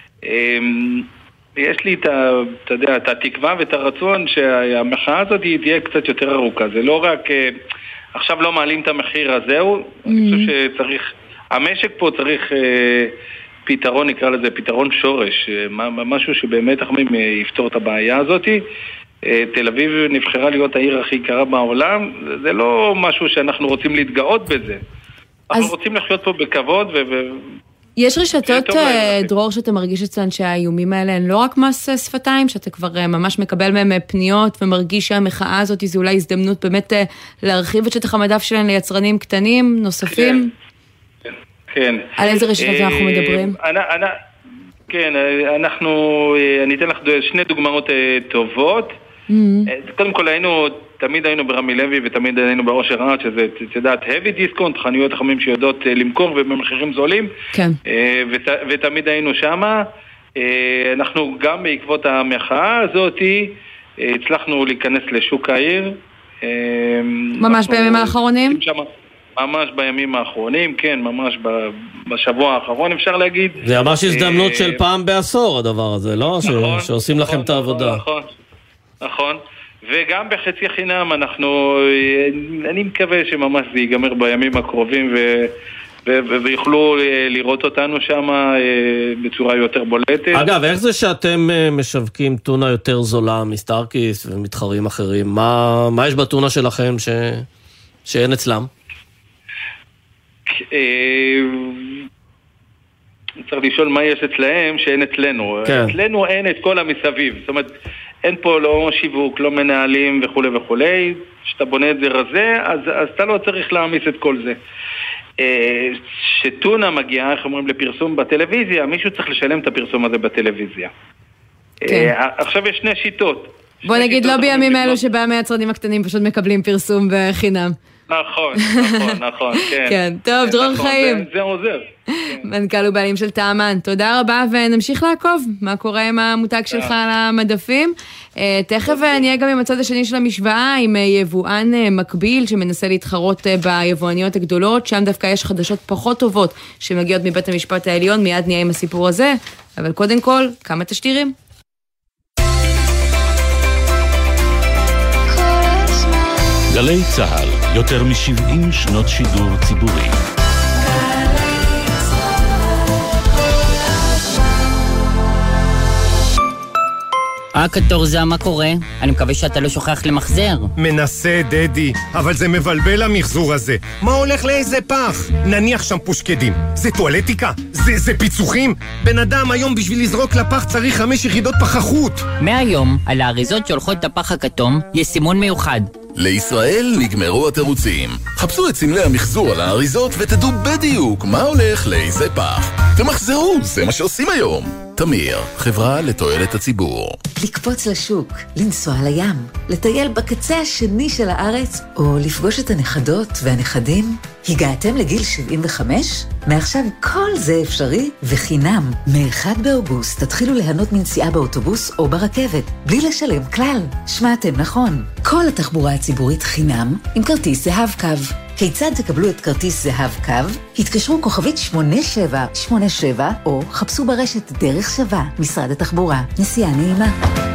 יש לי את, אתה יודע, את התקווה ואת הרצון שהמחאה הזאת תהיה קצת יותר ארוכה. זה לא רק, עכשיו לא מעלים את המחיר הזה, mm-hmm. אני חושב שצריך, המשק פה צריך פתרון, נקרא לזה פתרון שורש, משהו שבאמת אחמים יפתור את הבעיה הזאת. תל אביב נבחרה להיות העיר הכי יקרה בעולם, זה לא משהו שאנחנו רוצים להתגאות בזה. אנחנו רוצים לחיות פה בכבוד ו... יש רשתות, דרור, שאתה מרגיש אצלן שהאיומים האלה הן לא רק מס שפתיים, שאתה כבר ממש מקבל מהם פניות ומרגיש שהמחאה הזאת זו אולי הזדמנות באמת להרחיב את שטח המדף שלהן ליצרנים קטנים, נוספים? כן, כן. על איזה רשתות אנחנו מדברים? כן, אנחנו, אני אתן לך שני דוגמאות טובות. קודם כל היינו, תמיד היינו ברמי לוי ותמיד היינו באושר רעד, שזה, את יודעת, heavy discount, חנויות חמים שיודעות למכור ובמחירים זולים. כן. ות, ותמיד היינו שמה. אנחנו גם בעקבות המחאה הזאת הצלחנו להיכנס לשוק העיר. ממש בימים האחרונים? ממש בימים האחרונים, כן, ממש בשבוע האחרון אפשר להגיד. זה ממש הזדמנות של פעם בעשור הדבר הזה, לא? נכון. שעושים לכם את העבודה. נכון, נכון. וגם בחצי חינם אנחנו, אני מקווה שממש זה ייגמר בימים הקרובים ויוכלו לראות אותנו שם בצורה יותר בולטת. אגב, איך זה שאתם משווקים טונה יותר זולה מסטארקיס ומתחרים אחרים? מה, מה יש בטונה שלכם ש... שאין אצלם? צריך לשאול מה יש אצלהם שאין אצלנו. כן. אצלנו אין את כל המסביב. זאת אומרת, אין פה לא שיווק, לא מנהלים וכו' וכו'. כשאתה בונה את זה רזה, אז, אז אתה לא צריך להעמיס את כל זה. שטונה מגיעה, איך אומרים, לפרסום בטלוויזיה, מישהו צריך לשלם את הפרסום הזה בטלוויזיה. כן. עכשיו יש שני שיטות. בוא נגיד לא בימים אלו שבהם היצרנים הקטנים פשוט מקבלים פרסום בחינם. נכון, נכון, נכון, כן. כן, טוב, דרור חיים. זה עוזר. מנכ"ל ובעלים של טעמן. תודה רבה, ונמשיך לעקוב מה קורה עם המותג שלך על המדפים. תכף נהיה גם עם הצד השני של המשוואה, עם יבואן מקביל שמנסה להתחרות ביבואניות הגדולות, שם דווקא יש חדשות פחות טובות שמגיעות מבית המשפט העליון, מיד נהיה עם הסיפור הזה, אבל קודם כל, כמה תשדירים. גלי צהל, יותר מ-שבעים שנות שידור ציבורי. אה, קטורזה, מה קורה? אני מקווה שאתה לא שוכח למחזר. מנסה, דדי, אבל זה מבלבל המחזור הזה. מה הולך לאיזה פח? נניח שם פושקדים. זה טואלטיקה? זה, זה פיצוחים? בן אדם היום בשביל לזרוק לפח צריך חמש יחידות פחחות. מהיום, על האריזות שהולכות את הפח הכתום, יש סימון מיוחד. לישראל נגמרו התירוצים. חפשו את סמלי המחזור על האריזות ותדעו בדיוק מה הולך לאיזה פח. תמחזרו, זה מה שעושים היום. תמיר, חברה לתועלת הציבור. לקפוץ לשוק, לנסוע לים, לטייל בקצה השני של הארץ, או לפגוש את הנכדות והנכדים. הגעתם לגיל שבעים וחמש? מעכשיו כל זה אפשרי וחינם. מ-אחד באוגוסט תתחילו ליהנות מנסיעה באוטובוס או ברכבת, בלי לשלם כלל. שמעתם נכון. כל התחבורה הציבורית חינם עם כרטיס זהב קו. כיצד תקבלו את כרטיס זהב קו? התקשרו כוכבית שמונה שבע שמונה שבע או חפשו ברשת דרך שווה, משרד התחבורה. נסיעה נעימה.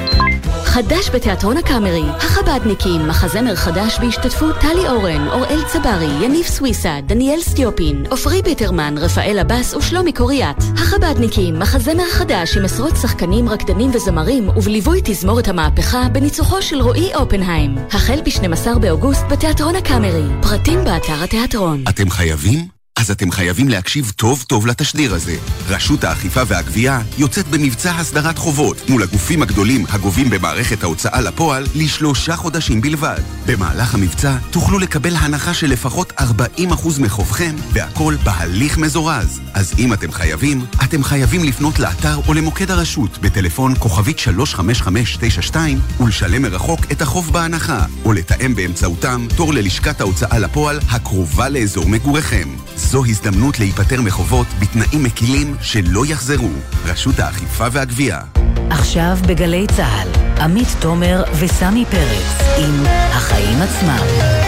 חדש בתיאטרון הקאמרי, החבדניקים, מחזמר חדש בהשתתפות טלי אורן, אוראל צברי, יניב סוויסה, דניאל סטיופין, עופרי ביטרמן, רפאל אבס ושלומי קוריאט. החבדניקים, מחזמר חדש עם עשרות שחקנים, רקדנים וזמרים, ובליווי תזמורת המהפכה בניצוחו של רועי אופנהיים. החל ב-שנים עשר באוגוסט בתיאטרון הקאמרי. פרטים באתר התיאטרון. אתם חייבים? אז אתם חייבים להקשיב טוב טוב לתשדיר הזה. רשות האכיפה והגבייה יוצאת במבצע הסדרת חובות מול הגופים הגדולים הגובים במערכת ההוצאה לפועל לשלושה חודשים בלבד. במהלך המבצע תוכלו לקבל הנחה של לפחות ארבעים אחוז מחובכם, והכל בהליך מזורז. אז אם אתם חייבים, אתם חייבים לפנות לאתר או למוקד הרשות בטלפון כוכבית שלוש חמש חמש תשע שתיים ולשלם מרחוק את החוב בהנחה, או לתאם באמצעותם תור ללשכת ההוצאה לפועל הקרובה לאזור מגוריכם. זו הזדמנות להיפטר מחובות בתנאים מקילים שלא יחזרו. רשות האכיפה והגבייה. עכשיו בגלי צהל, עמית תומר וסמי פרץ עם החיים עצמם.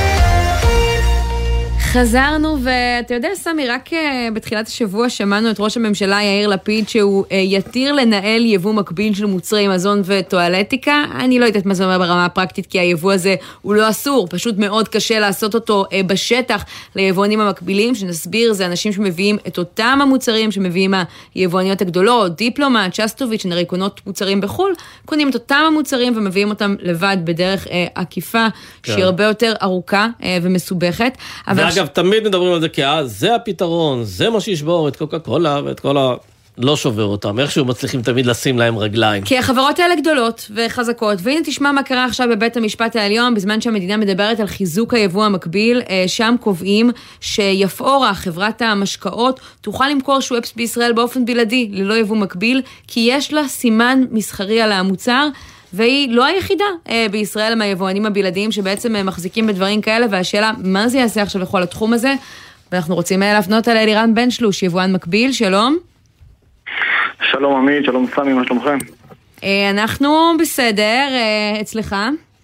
חזרנו, ואתה יודע, סמי, רק בתחילת השבוע שמענו את ראש הממשלה יאיר לפיד שהוא יתיר לנהל יבוא מקביל של מוצרי מזון וטואלטיקה. אני לא יודעת מה זה אומר ברמה הפרקטית, כי היבוא הזה הוא לא אסור, פשוט מאוד קשה לעשות אותו בשטח ליבואנים המקבילים, שנסביר, זה אנשים שמביאים את אותם המוצרים שמביאים היבואניות הגדולות, דיפלומט, שסטוביץ', שנרי קונות מוצרים בחול, קונים את אותם המוצרים ומביאים אותם לבד בדרך עקיפה, שהיא הרבה יותר ארוכה ומסובכת. ואגב, אגב, תמיד מדברים על זה, כי אז זה הפתרון, זה מה שישבור את קוקה קולה ואת כל ה... לא שובר אותם, איכשהו מצליחים תמיד לשים להם רגליים. כי החברות האלה גדולות וחזקות, והנה תשמע מה קרה עכשיו בבית המשפט העליון, בזמן שהמדינה מדברת על חיזוק היבוא המקביל, שם קובעים שיפאורה, חברת המשקאות, תוכל למכור שוואפס בישראל באופן בלעדי, ללא יבוא מקביל, כי יש לה סימן מסחרי על המוצר, והיא לא היחידה בישראל מהיבואנים הבלעדיים, שבעצם מחזיקים בדברים כאלה, והשאלה, מה זה יעשה עכשיו לכל התחום הזה? ואנחנו רוצים להפנות על אלירן בן שלוש, יבואן מקביל, שלום. שלום עמית, שלום סמי, מה שלומכם? אנחנו בסדר, אצלך?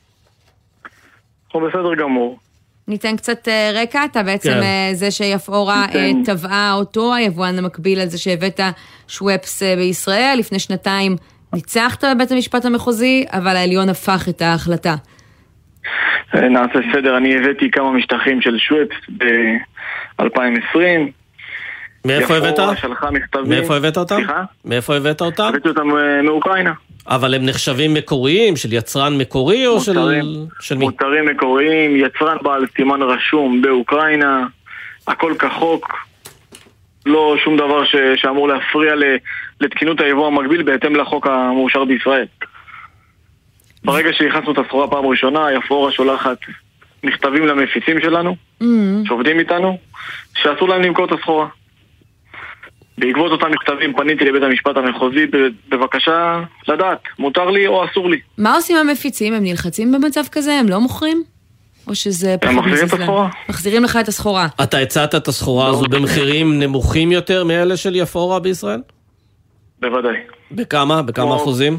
אנחנו בסדר גמור. ניתן קצת רקע, אתה בעצם זה שיפאורה טבעה אותו, היבואן המקביל על זה שהבאת שוואפס בישראל, לפני שנתיים ניצחת בבית המשפט המחוזי, אבל העליון הפך את ההחלטה. נעשה סדר, אני הבאתי כמה משטחים של שוואפס ב-אלפיים עשרים, מאיפה הבאת? מאיפה הבאת אותם? סליחה? מאיפה הבאת אותם? הבאתי אותם מאוקראינה. אבל הם נחשבים מקוריים, של יצרן מקורי או של... של מי? מוצרים מקוריים, יצרן בעל סימן רשום באוקראינה, הכל כחוק, לא שום דבר ש... שאמור להפריע ל... לתקינות היבוא המקביל בהתאם לחוק המאושר בישראל. ברגע שהכנסנו את הסחורה פעם ראשונה, יפאורה שולחת מכתבים למפיצים שלנו, שעובדים איתנו, שאסור להם למכור את הסחורה. בעקבות אותם מכתבים פניתי לבית המשפט המחוזי בבקשה לדעת, מותר לי או אסור לי. מה עושים המפיצים? הם נלחצים במצב כזה? הם לא מוכרים? או שזה... הם מחזירים את הסחורה. מחזירים לך את הסחורה. אתה הצעת את הסחורה הזו במחירים נמוכים יותר מאלה של יפאורה בישראל? בוודאי. בכמה? בכמה אחוזים?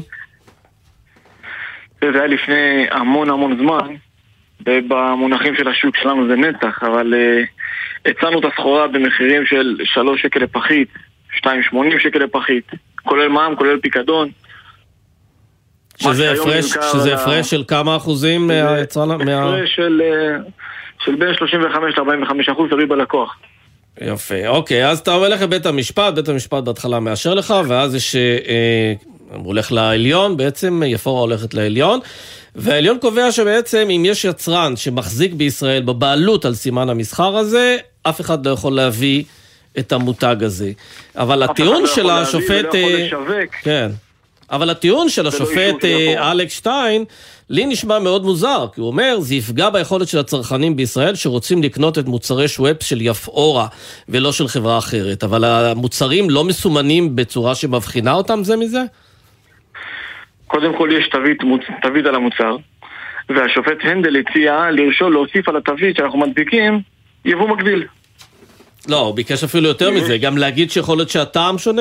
זה היה לפני המון המון זמן, ובמונחים של השוק שלנו זה נצח, אבל הצענו את הסחורה במחירים של שלוש שקל לפחית, שתיים שמונים שקל לפחית, כולל מע"מ, כולל פיקדון. שזה הפרש, שזה הפרש של כמה אחוזים מהיצרן? הפרש של, של בין שלושים וחמש עד ארבעים וחמישה אחוז, תלוי בלקוח. יפה, אוקיי, אז אתה הולך לבית המשפט, בית המשפט בהתחלה מאשר לך, ואז יש, אה, הוא הולך לעליון, בעצם יפאורה הולכת לעליון, והעליון קובע שבעצם אם יש יצרן שמחזיק בישראל בבעלות על סימן המסחר הזה, אף אחד לא יכול להביא את המותג הזה. אבל הטיעון של השופט... כן. אבל הטיעון של השופט אלכס שטיין, לי נשמע מאוד מוזר, כי הוא אומר, זה יפגע ביכולת של הצרכנים בישראל שרוצים לקנות את מוצרי שוואפס של יפאורה, ולא של חברה אחרת. אבל המוצרים לא מסומנים בצורה שמבחינה אותם זה מזה? קודם כל יש תווית, תווית על המוצר, והשופט הנדל הציע לרשול להוסיף על התווית שאנחנו מדביקים יבוא מקביל. לא, הוא ביקש אפילו יותר מזה, גם להגיד שיכול להיות שהטעם שונה?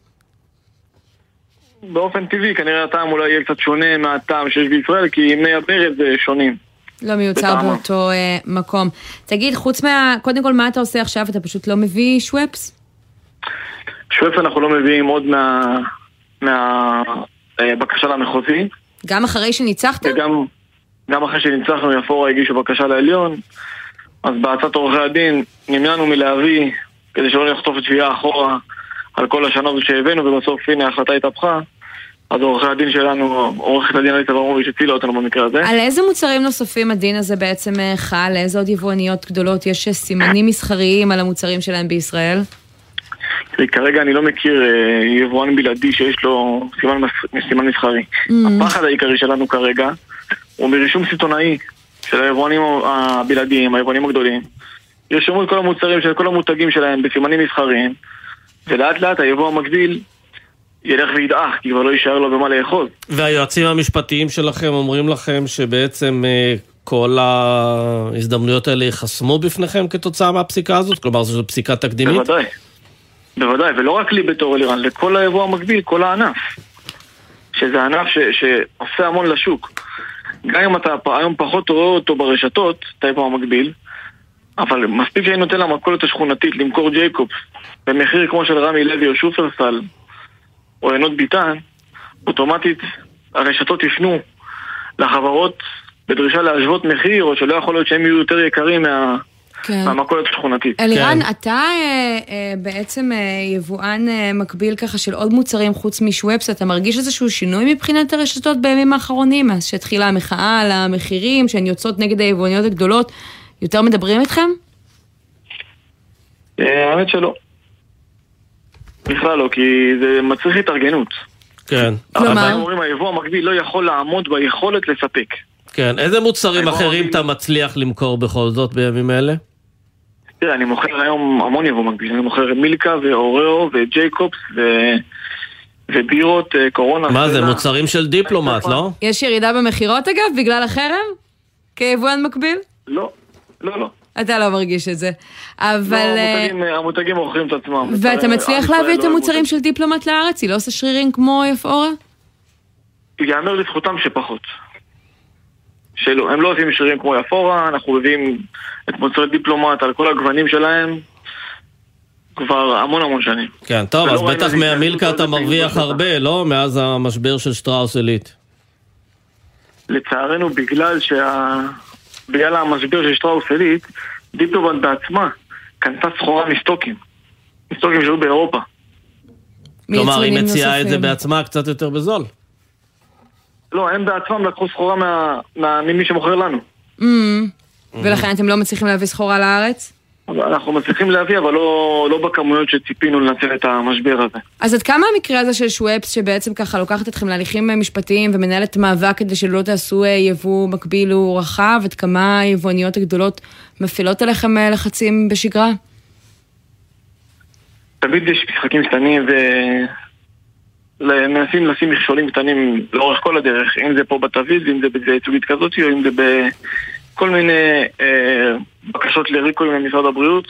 באופן טבעי, כנראה הטעם אולי יהיה קצת שונה מהטעם שיש בישראל, כי מי הברז שונים. לא מיוצר באותו אה, מקום. תגיד, חוץ מה... קודם כל, מה אתה עושה עכשיו? אתה פשוט לא מביא שוואפס? שוואפס אנחנו לא מביאים עוד מה... מה... בקשה למחוזי. גם אחרי שניצחת? וגם גם אחרי שניצחנו, יפאורה הגישו בקשה לעליון, אז בהצעת עורכי הדין נמנענו מלהביא, כדי שלא נחטוף את תביעה אחורה על כל השנה הזו שהבאנו, ובסוף הנה ההחלטה התהפכה, אז עורכי הדין שלנו, עורכת הדין עליסה ברמוביץ' הצילה אותנו במקרה הזה. על איזה מוצרים נוספים הדין הזה בעצם חל? לאיזה עוד יבואניות גדולות יש סימנים מסחריים על המוצרים שלהם בישראל? כרגע אני לא מכיר יבואן בלעדי שיש לו סימן, סימן מסחרי. הפחד העיקרי שלנו כרגע הוא מרישום סיטונאי של היבואנים הבלעדיים, היבואנים הגדולים. ירשמו את כל המוצרים של כל המותגים שלהם בסימנים מסחריים, ולאט לאט היבוא המקביל ילך וידעך, כי כבר לא יישאר לו במה לאחוז. והיועצים המשפטיים שלכם אומרים לכם שבעצם כל ההזדמנויות האלה יחסמו בפניכם כתוצאה מהפסיקה הזאת? כלומר, זו פסיקה תקדימית? בוודאי. בוודאי, ולא רק לי בתור אלירן, לכל היבוא המקביל, כל הענף. שזה ענף ש, שעושה המון לשוק. גם אם אתה היום פחות רואה אותו ברשתות, את היבוא המקביל, אבל מספיק שאני נותן למכולת השכונתית למכור ג'ייקובס, במחיר כמו של רמי לוי או שופרסל, או עינות ביטן, אוטומטית הרשתות יפנו לחברות בדרישה להשוות מחיר, או שלא יכול להיות שהם יהיו יותר יקרים מה... כן. מהמכולת השכונתית. אלירן, כן. אתה אה, אה, בעצם אה, יבואן אה, מקביל ככה של עוד מוצרים חוץ משוואפס, אתה מרגיש איזשהו שינוי מבחינת הרשתות בימים האחרונים, אז שהתחילה המחאה על המחירים, שהן יוצאות נגד היבואניות הגדולות, יותר מדברים איתכם? האמת שלא. בכלל לא, כי זה מצריך התארגנות. כן. כלומר? אומרים, היבוא המקביל לא יכול לעמוד ביכולת לספק. כן, איזה מוצרים אחרים אתה מצליח למכור בכל זאת בימים אלה? תראה, אני מוכר היום המון יבוא מקביל. אני מוכר מילקה ואוריאו וג'ייקובס ו... ובירות קורונה. מה זה, מוצרים של דיפלומט, לא? יש ירידה במחירות אגב, בגלל החרם? כיבואן מקביל? לא, לא, לא. אתה לא מרגיש את זה. אבל... לא, המותגים מוכרים את עצמם. ואתה מצליח להביא את המוצרים של דיפלומט לארץ? היא לא עושה שרירים כמו יפאורה? יאמר לזכותם שפחות. שלא, הם לא עושים שרירים כמו יפאורה, אנחנו מביאים את מוצרי דיפלומט על כל הגוונים שלהם כבר המון המון שנים. כן, טוב, אז בטח מהמילקה אתה מרוויח הרבה, לא? מאז המשבר של שטראוס עילית. לצערנו, בגלל שה... בגלל המשבר של שטראוס עילית, דיפלומט בעצמה קנתה סחורה מסטוקים. מסטוקים שהיו באירופה. כלומר, היא מציעה את זה בעצמה קצת יותר בזול. לא, הם בעצמם לקחו סחורה ממי שמוכר לנו. ולכן אתם לא מצליחים להביא סחורה לארץ? אנחנו מצליחים להביא, אבל לא בכמויות שציפינו לנצל את המשבר הזה. אז עד כמה המקרה הזה של שוואפס, שבעצם ככה לוקחת אתכם להליכים משפטיים ומנהלת מאבק כדי שלא תעשו יבוא מקביל הוא רחב, עד כמה היבואניות הגדולות מפעילות עליכם לחצים בשגרה? תמיד יש משחקים קטנים ומנסים לשים מכשולים קטנים לאורך כל הדרך, אם זה פה בתוויד, אם זה בייצוגית כזאת, או אם זה בכל מיני אה, בקשות לריקולים למשרד הבריאות.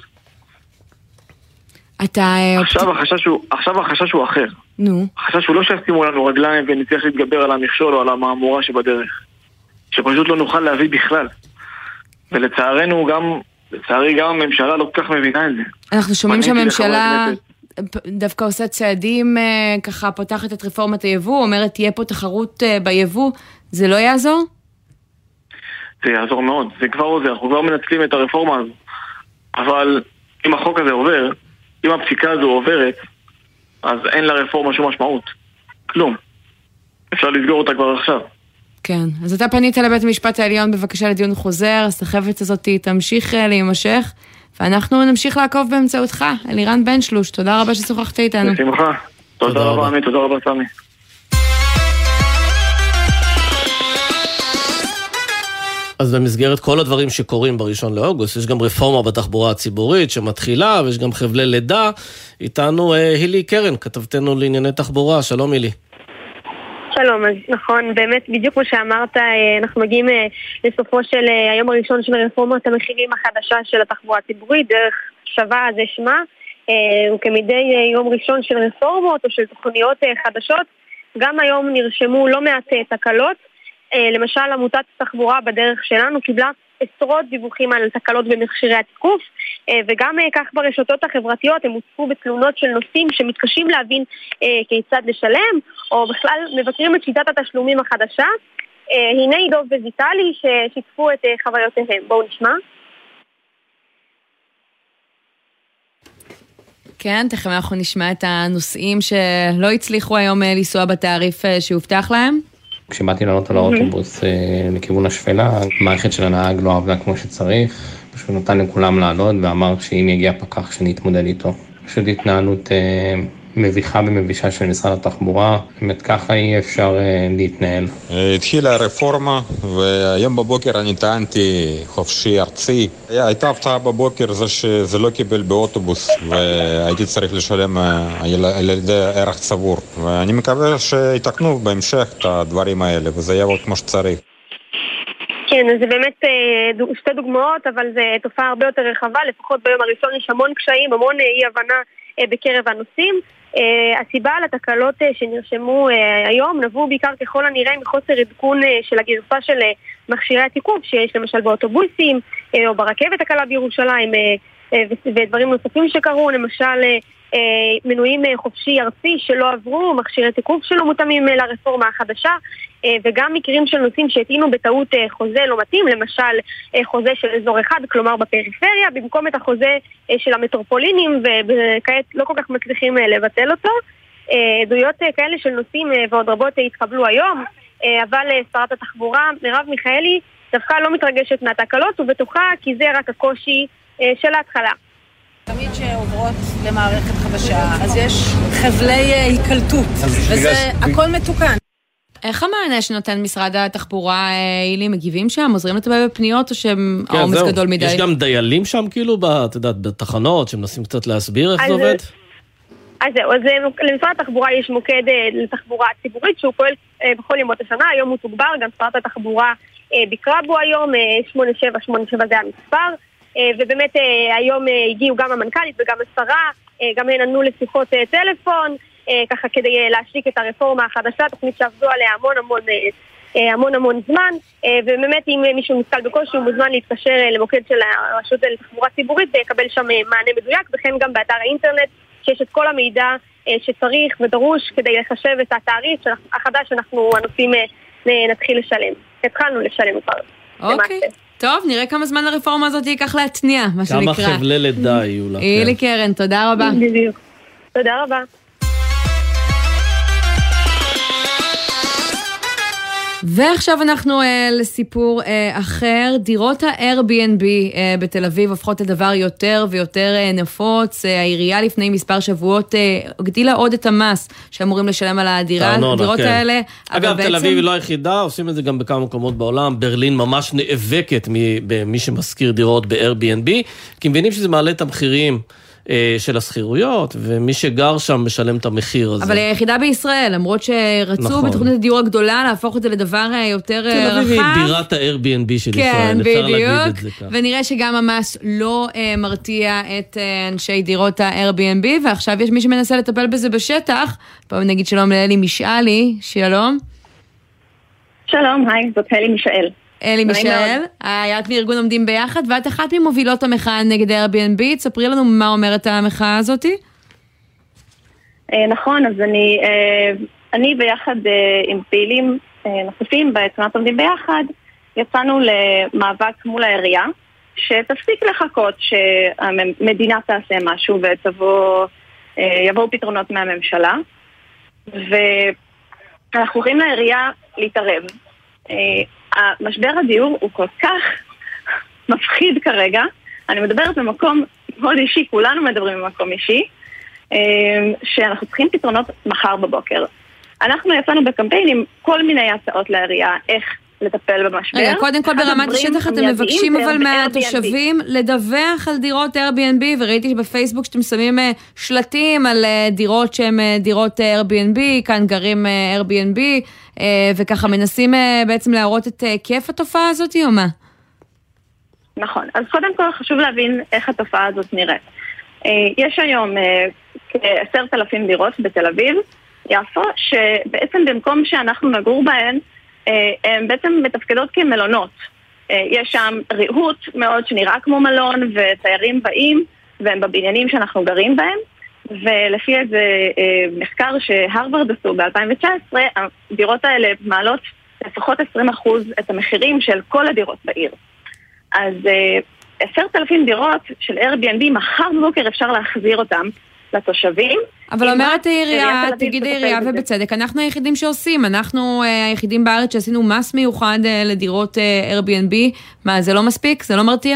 אתה... עכשיו החשש הוא, עכשיו החשש הוא אחר. נו. החשש הוא לא שישימו לנו רגליים ונצליח להתגבר על המכשול או על המאמורה שבדרך. שפשוט לא נוכל להביא בכלל. ולצערנו גם, לצערי גם הממשלה לא כל כך מבינה את זה. אנחנו שומעים שהממשלה דווקא עושה צעדים, ככה פותחת את רפורמת היבוא, אומרת תהיה פה תחרות ביבוא, זה לא יעזור? זה יעזור מאוד, זה כבר עוזר, אנחנו כבר מנצלים את הרפורמה הזו. אבל אם החוק הזה עובר, אם הפסיקה הזו עוברת, אז אין לרפורמה שום משמעות. כלום. אפשר לסגור אותה כבר עכשיו. כן, אז אתה פנית לבית המשפט העליון בבקשה לדיון חוזר, הסחבת הזאת תמשיך להימשך, ואנחנו נמשיך לעקוב באמצעותך, אלירן בן שלוש, תודה רבה ששוחחת איתנו. בשמחה, תודה רבה עמי, תודה רבה סמי. אז במסגרת כל הדברים שקורים בראשון לאוגוסט, יש גם רפורמה בתחבורה הציבורית שמתחילה, ויש גם חבלי לידה. איתנו הילי קרן, כתבתנו לענייני תחבורה. שלום הילי. שלום, אז נכון, באמת בדיוק כמו שאמרת, אנחנו מגיעים לסופו של היום הראשון של רפורמת המחירים החדשה של התחבורה הציבורית, דרך שווה זה שמה, וכמדי יום ראשון של רפורמות או של תוכניות חדשות, גם היום נרשמו לא מעט תקלות, למשל עמותת תחבורה בדרך שלנו קיבלה עשרות דיווחים על תקלות במכשירי התיקוף, וגם כך ברשתות החברתיות הם הוצפו בתלונות של נוסעים שמתקשים להבין כיצד לשלם, או בכלל מבקרים את שיטת התשלומים החדשה. הנה דוב וזיטלי ששיתפו את חוויותיהם. בואו נשמע. כן, תכף אנחנו נשמע את הנוסעים שלא הצליחו היום לנסוע בתעריף שהובטח להם. כשבאתי לעלות על האוטובוס לכיוון השפלה, המערכת של הנהג לא עבדה כמו שצריך, פשוט נתן לכולם לעלות ואמר שאם יגיע פקח שנתמודד איתו. פשוט התנהלות מביכה ומבישה של משרד התחבורה, באמת ככה אי אפשר להתנהל. התחילה הרפורמה והיום בבוקר אני טענתי חופשי ארצי. הייתה הפתעה בבוקר זה שזה לא קיבל באוטובוס והייתי צריך לשלם על ידי ערך צבור. ואני מקווה שיתקנו בהמשך את הדברים האלה וזה יעבוד כמו שצריך. כן, זה באמת שתי דוגמאות, אבל זה תופעה הרבה יותר רחבה, לפחות ביום הראשון יש המון קשיים, המון אי הבנה בקרב הנוסעים. הסיבה לתקלות שנרשמו היום נבעו בעיקר ככל הנראה מחוסר עדכון של הגרסה של מכשירי התיקוף שיש למשל באוטובוסים או ברכבת הקלה בירושלים ודברים נוספים שקרו, למשל מנויים חופשי ארצי שלא עברו, מכשירי תיקוף שלא מותאמים לרפורמה החדשה, וגם מקרים של נוסעים שהטעינו בטעות חוזה לא מתאים, למשל חוזה של אזור אחד, כלומר בפריפריה, במקום את החוזה של המטרופולינים, וכעת לא כל כך מצליחים לבטל אותו. עדויות כאלה של נוסעים ועוד רבות התקבלו היום, אבל שרת התחבורה מרב מיכאלי דווקא לא מתרגשת מהתקלות, ובטוחה כי זה רק הקושי של ההתחלה. תמיד שעוברות למערכת חדשה, אז יש חבלי היקלטות, וזה הכל מתוקן. איך המענה שנותן משרד התחבורה, אילי, מגיבים שם? עוזרים לטפל בפניות או שהם העומס גדול מדי? יש גם דיילים שם כאילו, בתחנות, שמנסים קצת להסביר איך זה עובד? אז זהו, אז למשרד התחבורה יש מוקד לתחבורה ציבורית שהוא פועל בכל ימות השנה, היום הוא תוגבר, גם משרד התחבורה ביקרה בו היום, שמונה שבע שמונה שבע זה המספר, ובאמת היום הגיעו גם המנכ"לית וגם השרה, גם הן ענו לשיחות טלפון, ככה כדי להשליק את הרפורמה החדשה, תוכנית שעבדו עליה המון המון המון המון זמן, ובאמת אם מישהו נתקל בקושי הוא מוזמן להתקשר למוקד של הרשות לתחבורה ציבורית ויקבל שם מענה מדויק, וכן גם באתר האינטרנט שיש את כל המידע שצריך ודרוש כדי לחשב את התעריף החדש שאנחנו הנוסעים נתחיל לשלם. התחלנו לשלם כבר. אוקיי, טוב, נראה כמה זמן הרפורמה הזאת ייקח להתניע, מה שנקרא. כמה חבלי לידה יהיו לה. אילי קרן, תודה רבה. בדיוק. תודה רבה. ועכשיו אנחנו אה, לסיפור אה, אחר, דירות ה-Airbnb אה, בתל אביב הופכות לדבר יותר ויותר אה, נפוץ, אה, העירייה לפני מספר שבועות אה, הגדילה עוד את המס שאמורים לשלם על הדירה, הדירות כן. האלה. אגב, בעצם... תל אביב היא לא היחידה, עושים את זה גם בכמה מקומות בעולם, ברלין ממש נאבקת במי שמשכיר דירות ב-Airbnb, כי מבינים שזה מעלה את המחירים, של הסחירויות, ומי שגר שם משלם את המחיר הזה. אבל היא היחידה בישראל, למרות שרצו נכון. בתוכנית הדיור הגדולה להפוך את זה לדבר יותר רחב. תל אביב היא בירת ה-Airbnb של כן, ישראל, בדיוק. אפשר להגיד את זה כך. ונראה שגם המס לא uh, מרתיע את uh, אנשי דירות ה-Airbnb, ועכשיו יש מי שמנסה לטפל בזה בשטח. פעם נגיד שלום לאלי משאלי, שלום. שלום, היי, זאת אלי משאל. אלי מישאל, את מארגון עומדים ביחד, ואת אחת ממובילות המחאה נגד Airbnb, תספרי לנו מה אומרת המחאה הזאת. נכון, אז אני, אני ביחד עם פעילים נוספים בתנועת עומדים ביחד, יצאנו למאבק מול העירייה, שתפסיק לחכות שהמדינה תעשה משהו ויבואו פתרונות מהממשלה, ואנחנו רואים לעירייה להתערב. המשבר הדיור הוא כל כך מפחיד כרגע, אני מדברת במקום מאוד אישי, כולנו מדברים במקום אישי, שאנחנו צריכים פתרונות מחר בבוקר. אנחנו יצאנו בקמפיין עם כל מיני הצעות לעירייה, איך לטפל במשבר. רגע, קודם כל ברמת השטח אתם מבקשים אבל מהתושבים לדווח על דירות Airbnb, וראיתי שבפייסבוק שאתם שמים שלטים על דירות שהן דירות Airbnb, כאן גרים Airbnb, וככה מנסים בעצם להראות את כיף התופעה הזאת או מה? נכון, אז קודם כל חשוב להבין איך התופעה הזאת נראית. יש היום כ-עשרת אלפים דירות בתל אביב, יפו, שבעצם במקום שאנחנו נגור בהן, הן בעצם מתפקדות כמלונות. יש שם ריהוט מאוד שנראה כמו מלון, ותיירים באים, והם בבניינים שאנחנו גרים בהם, ולפי איזה מחקר שהרווארד עשו ב-אלפיים תשע עשרה, הדירות האלה מעלות לפחות עשרים אחוז את המחירים של כל הדירות בעיר. אז עשרת אלפים דירות של Airbnb, מחר בבוקר אפשר להחזיר אותם לתושבים. אבל אומרת העירייה, תגיד העירייה ובצדק, אנחנו היחידים שעושים, אנחנו היחידים בארץ שעשינו מס מיוחד לדירות Airbnb, מה, זה לא מספיק? זה לא מרתיע?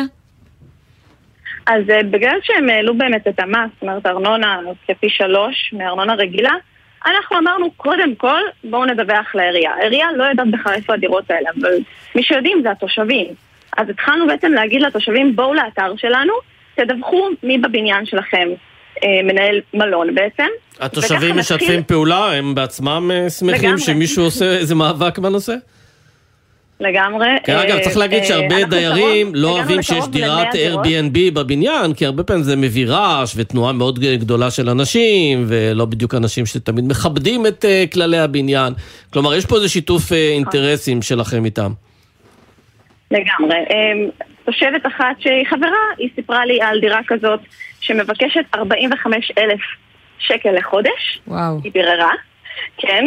אז בגלל שהם העלו באמת את המס, זאת אומרת, ארנונה כפי שלוש מארנונה רגילה, אנחנו אמרנו קודם כל, בואו נדווח לעירייה. העירייה לא יודעת בכלל איפה הדירות האלה, אבל מי שיודעים זה התושבים. אז התחלנו בעצם להגיד לתושבים, בואו לאתר שלנו, תדווחו מי בבניין שלכם מנהל מלון בעצם. התושבים משתפים פעולה, הם בעצמם שמחים שמישהו עושה איזה מאבק בנושא? לגמרי. כן, אגב, צריך להגיד שהרבה דיירים לא אוהבים שיש דירת Airbnb בבניין, כי הרבה פעמים זה מביא רעש ותנועה מאוד גדולה של אנשים, ולא בדיוק אנשים שתמיד מכבדים את כללי הבניין. כלומר, יש פה איזה שיתוף אינטרסים שלכם איתם. לגמרי. תושבת אחת שהיא חברה, היא סיפרה לי על דירה כזאת שמבקשת ארבעים וחמישה אלף שקל לחודש. וואו. היא ביררה, כן.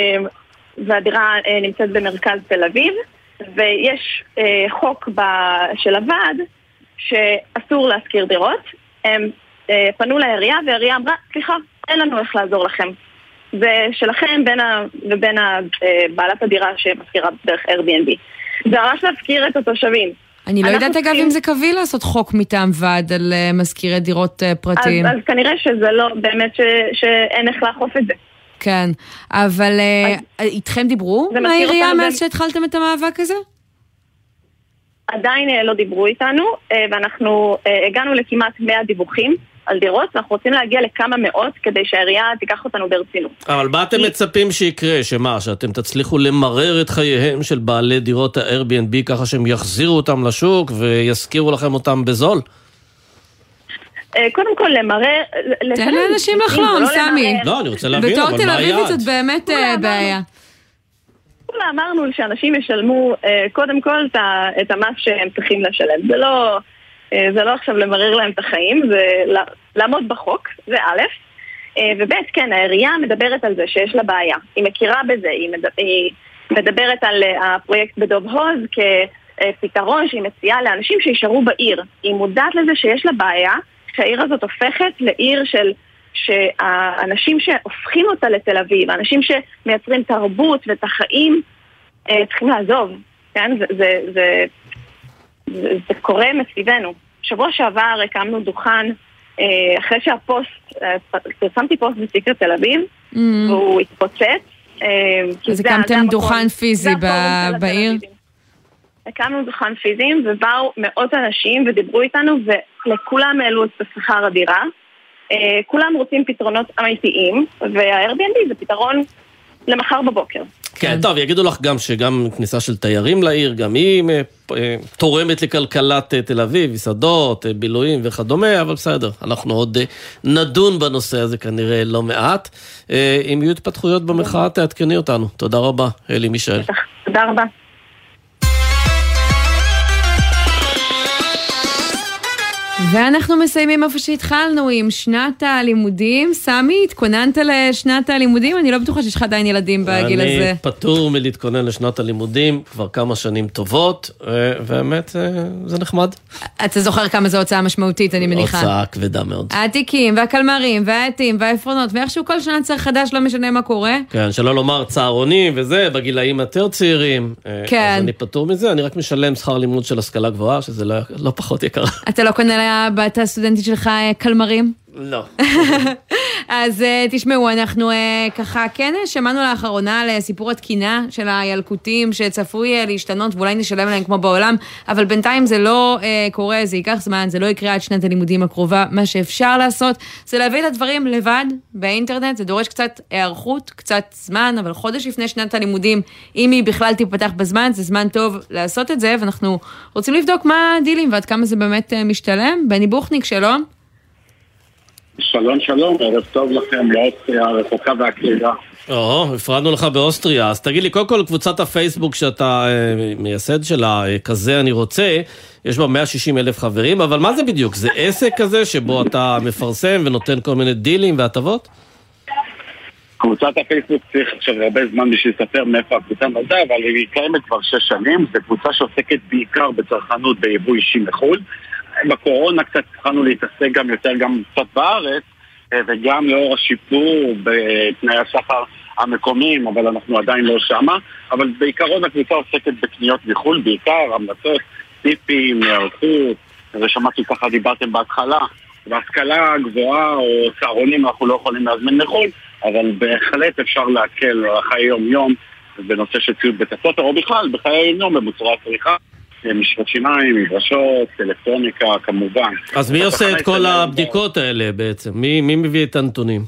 והדירה נמצאת במרכז תל אביב, ויש חוק של הוועד שאסור להשכיר דירות. הם פנו לעירייה, והעירייה אמרה, סליחה, אין לנו איך לעזור לכם. זה שלכם בין ה... ובין בעלת הדירה שמזכירה דרך Airbnb. זה ממש להזכיר את התושבים. אני לא יודעת אגב אם זה קביל לעשות חוק מטעם ועד על מזכירי דירות פרטיים. אז כנראה שזה לא, באמת שאין איך לאכוף את זה. כן, אבל איתכם דיברו מהעירייה מאז שהתחלתם את המאבק הזה? עדיין לא דיברו איתנו, ואנחנו הגענו לכמעט מאה דיווחים על דירות, ואנחנו רוצים להגיע לכמה מאות כדי שהעירייה תיקח אותנו ברצינות. אבל מה אתם מצפים שיקרה? שמה? שאתם תצליחו למרר את חייהם של בעלי דירות ה-Airbnb ככה שהם יחזירו אותם לשוק ויזכירו לכם אותם בזול? קודם כל למרר... תן לאנשים לחלום, סמי. לא, אני רוצה להבין, בתור אבל תל מה היעד? אביבית זאת באמת בעיה. כולה אמרנו שאנשים ישלמו קודם כל את המס שהם צריכים לשלם. זה לא... זה לא עכשיו למרר להם את החיים, זה לעמוד בחוק, זה א', וב', כן, העירייה מדברת על זה שיש לה בעיה. היא מכירה בזה, היא מדברת על הפרויקט בדוב הוז כפתרון שהיא מציעה לאנשים שישארו בעיר. היא מודעת לזה שיש לה בעיה, שהעיר הזאת הופכת לעיר של שהאנשים שהופכים אותה לתל אביב, האנשים שמייצרים תרבות ואת החיים, צריכים לעזוב. כן, זה... זה, זה זה, זה קורה מסביבנו. שבוע שעבר הקמנו דוכן, אחרי שהפוסט, פרסמתי פוסט בסיקרט תל אביב, mm. והוא התפוצץ. אז הקמתם דוכן פיזי בעיר? הקמנו דוכן פיזי, ובאו מאות אנשים ודיברו איתנו, ולכולם העלו את השכר הדירה. כולם רוצים פתרונות אמיתיים, וה-Airbnb זה פתרון למחר בבוקר. כן, טוב, יגידו לך גם שגם כניסה של תיירים לעיר, גם היא תורמת לכלכלת תל אביב, מסעדות, בילויים וכדומה, אבל בסדר, אנחנו עוד נדון בנושא הזה כנראה לא מעט. אם יהיו התפתחויות במחאה, תעדכני אותנו. תודה רבה, אלי מישאל. תודה רבה. ואנחנו מסיימים איפה שהתחלנו עם שנת הלימודים. סמי, התכוננת לשנת הלימודים? אני לא בטוחה שיש לך עדיין ילדים בגיל הזה. אני פטור מלהתכונן לשנת הלימודים כבר כמה שנים טובות, ובאמת זה נחמד. אתה זוכר כמה זו הוצאה משמעותית, אני מניחה. הוצאה כבדה מאוד. העתיקים והקלמרים והעתים והעפרונות, ואיכשהו כל שנה צריך חדש, לא משנה מה קורה. כן, שלא לומר צהרונים וזה, בגילאים יותר צעירים. כן. אז אני פטור מזה, אני רק משלם שכר לימוד של השכלה גבוהה, שזה לא, לא פחות יקר. אתה לא קונה בת הסטודנטית שלך קלמרים? לא. אז תשמעו, אנחנו ככה כן שמענו לאחרונה על סיפור התקינה של הילקוטים שצפוי להשתנות ואולי נשלם להם כמו בעולם, אבל בינתיים זה לא קורה, זה ייקח זמן, זה לא יקרה עד שנת הלימודים הקרובה. מה שאפשר לעשות זה להביא את הדברים לבד באינטרנט, זה דורש קצת הערכות, קצת זמן, אבל חודש לפני שנת הלימודים, אם היא בכלל תיפתח בזמן, זה זמן טוב לעשות את זה, ואנחנו רוצים לבדוק מה הדילים ועד כמה זה באמת משתלם. בני בוכניק, שלום. שלום שלום, ערב טוב לכם, לאוסטריה הרחוקה והקריאה. או, הפרדנו לך באוסטריה, אז תגיד לי, קודם כל קבוצת הפייסבוק שאתה אה, מייסד שלה, אה, כזה אני רוצה, יש בה מאה ושישים אלף חברים, אבל מה זה בדיוק? זה עסק כזה שבו אתה מפרסם ונותן כל מיני דילים והטבות? קבוצת הפייסבוק צריך עכשיו הרבה זמן בשביל לספר מאיפה הקבוצה נולדה, אבל היא קיימת כבר שש שנים, זו קבוצה שעוסקת בעיקר בצרכנות ביבוא אישי מחו"ל. בקורונה קצת התחלנו להתעסק גם יותר גם קצת בארץ, וגם לאור השיפור בתנאי הסחר המקומיים, אבל אנחנו עדיין לא שמה. אבל בעיקרון הקבוצה עוסקת בקניות מחו"ל, בעיקר המלצות, טיפים, הערכות, ושמעתי ככה דיברתם בהתחלה, בהשכלה גבוהה או צהרונים אנחנו לא יכולים להזמין מחו"ל, אבל בהחלט אפשר להקל על חיי יום-יום בנושא של ציוד בית הספר, או בכלל בחיי יום-יום במוצרי הצריכה. משחות שיניים, מברשות, אלקטרוניקה, כמובן. אז מי עושה את כל הבדיקות האלה בעצם? מי, מי מביא את הנתונים?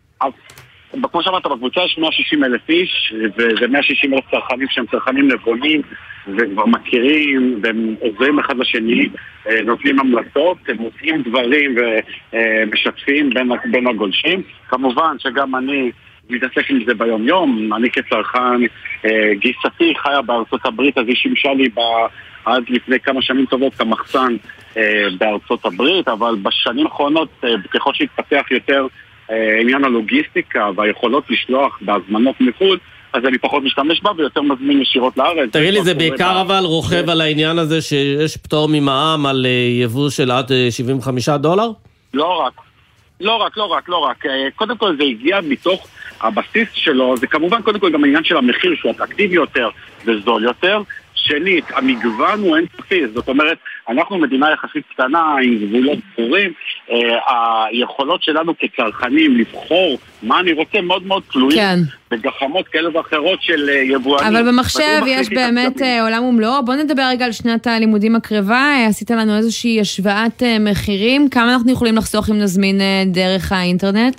כמו שאמרת, בקבוצה יש מאה ושישים אלף איש, וזה מאה ושישים אלף צרכנים שהם צרכנים נבונים, וכבר מכירים, והם עוזרים אחד לשני, נותנים המלצות, הם מוצאים דברים ומשתפים בין, בין הגולשים. כמובן שגם אני מתעסק עם זה ביום יום, אני כצרכן, גיסתי חיה בארצות הברית, אז היא שימשה לי ב... עד לפני כמה שנים טובות כמחסן אה, בארצות הברית, אבל בשנים האחרונות, אה, ככל שהתפתח יותר אה, עניין הלוגיסטיקה והיכולות לשלוח בהזמנות מחו"ל, אז אני פחות משתמש בה ויותר מזמין ישירות לארץ. תגיד לי, זה בעיקר אבל רוכב על העניין הזה שיש פטור ממע"מ על יבוא של עד שבעים וחמישה דולר? לא רק, לא רק, לא רק, לא רק. קודם כל זה הגיע מתוך הבסיס שלו, זה כמובן קודם כל גם העניין של המחיר שהוא אטרקטיבי יותר וזול יותר, שנית, המגוון הוא אינסופי, זאת אומרת, אנחנו מדינה יחסית קטנה עם גבולות ברורים, אה, היכולות שלנו כצרכנים לבחור מה אני רוצה מאוד מאוד תלויים כן. בגחמות כאלה ואחרות של יבואנים. אבל במחשב יש באמת עולם ומלואו. בוא נדבר רגע על שנת הלימודים הקרבה, עשית לנו איזושהי השוואת מחירים, כמה אנחנו יכולים לחסוך אם נזמין דרך האינטרנט?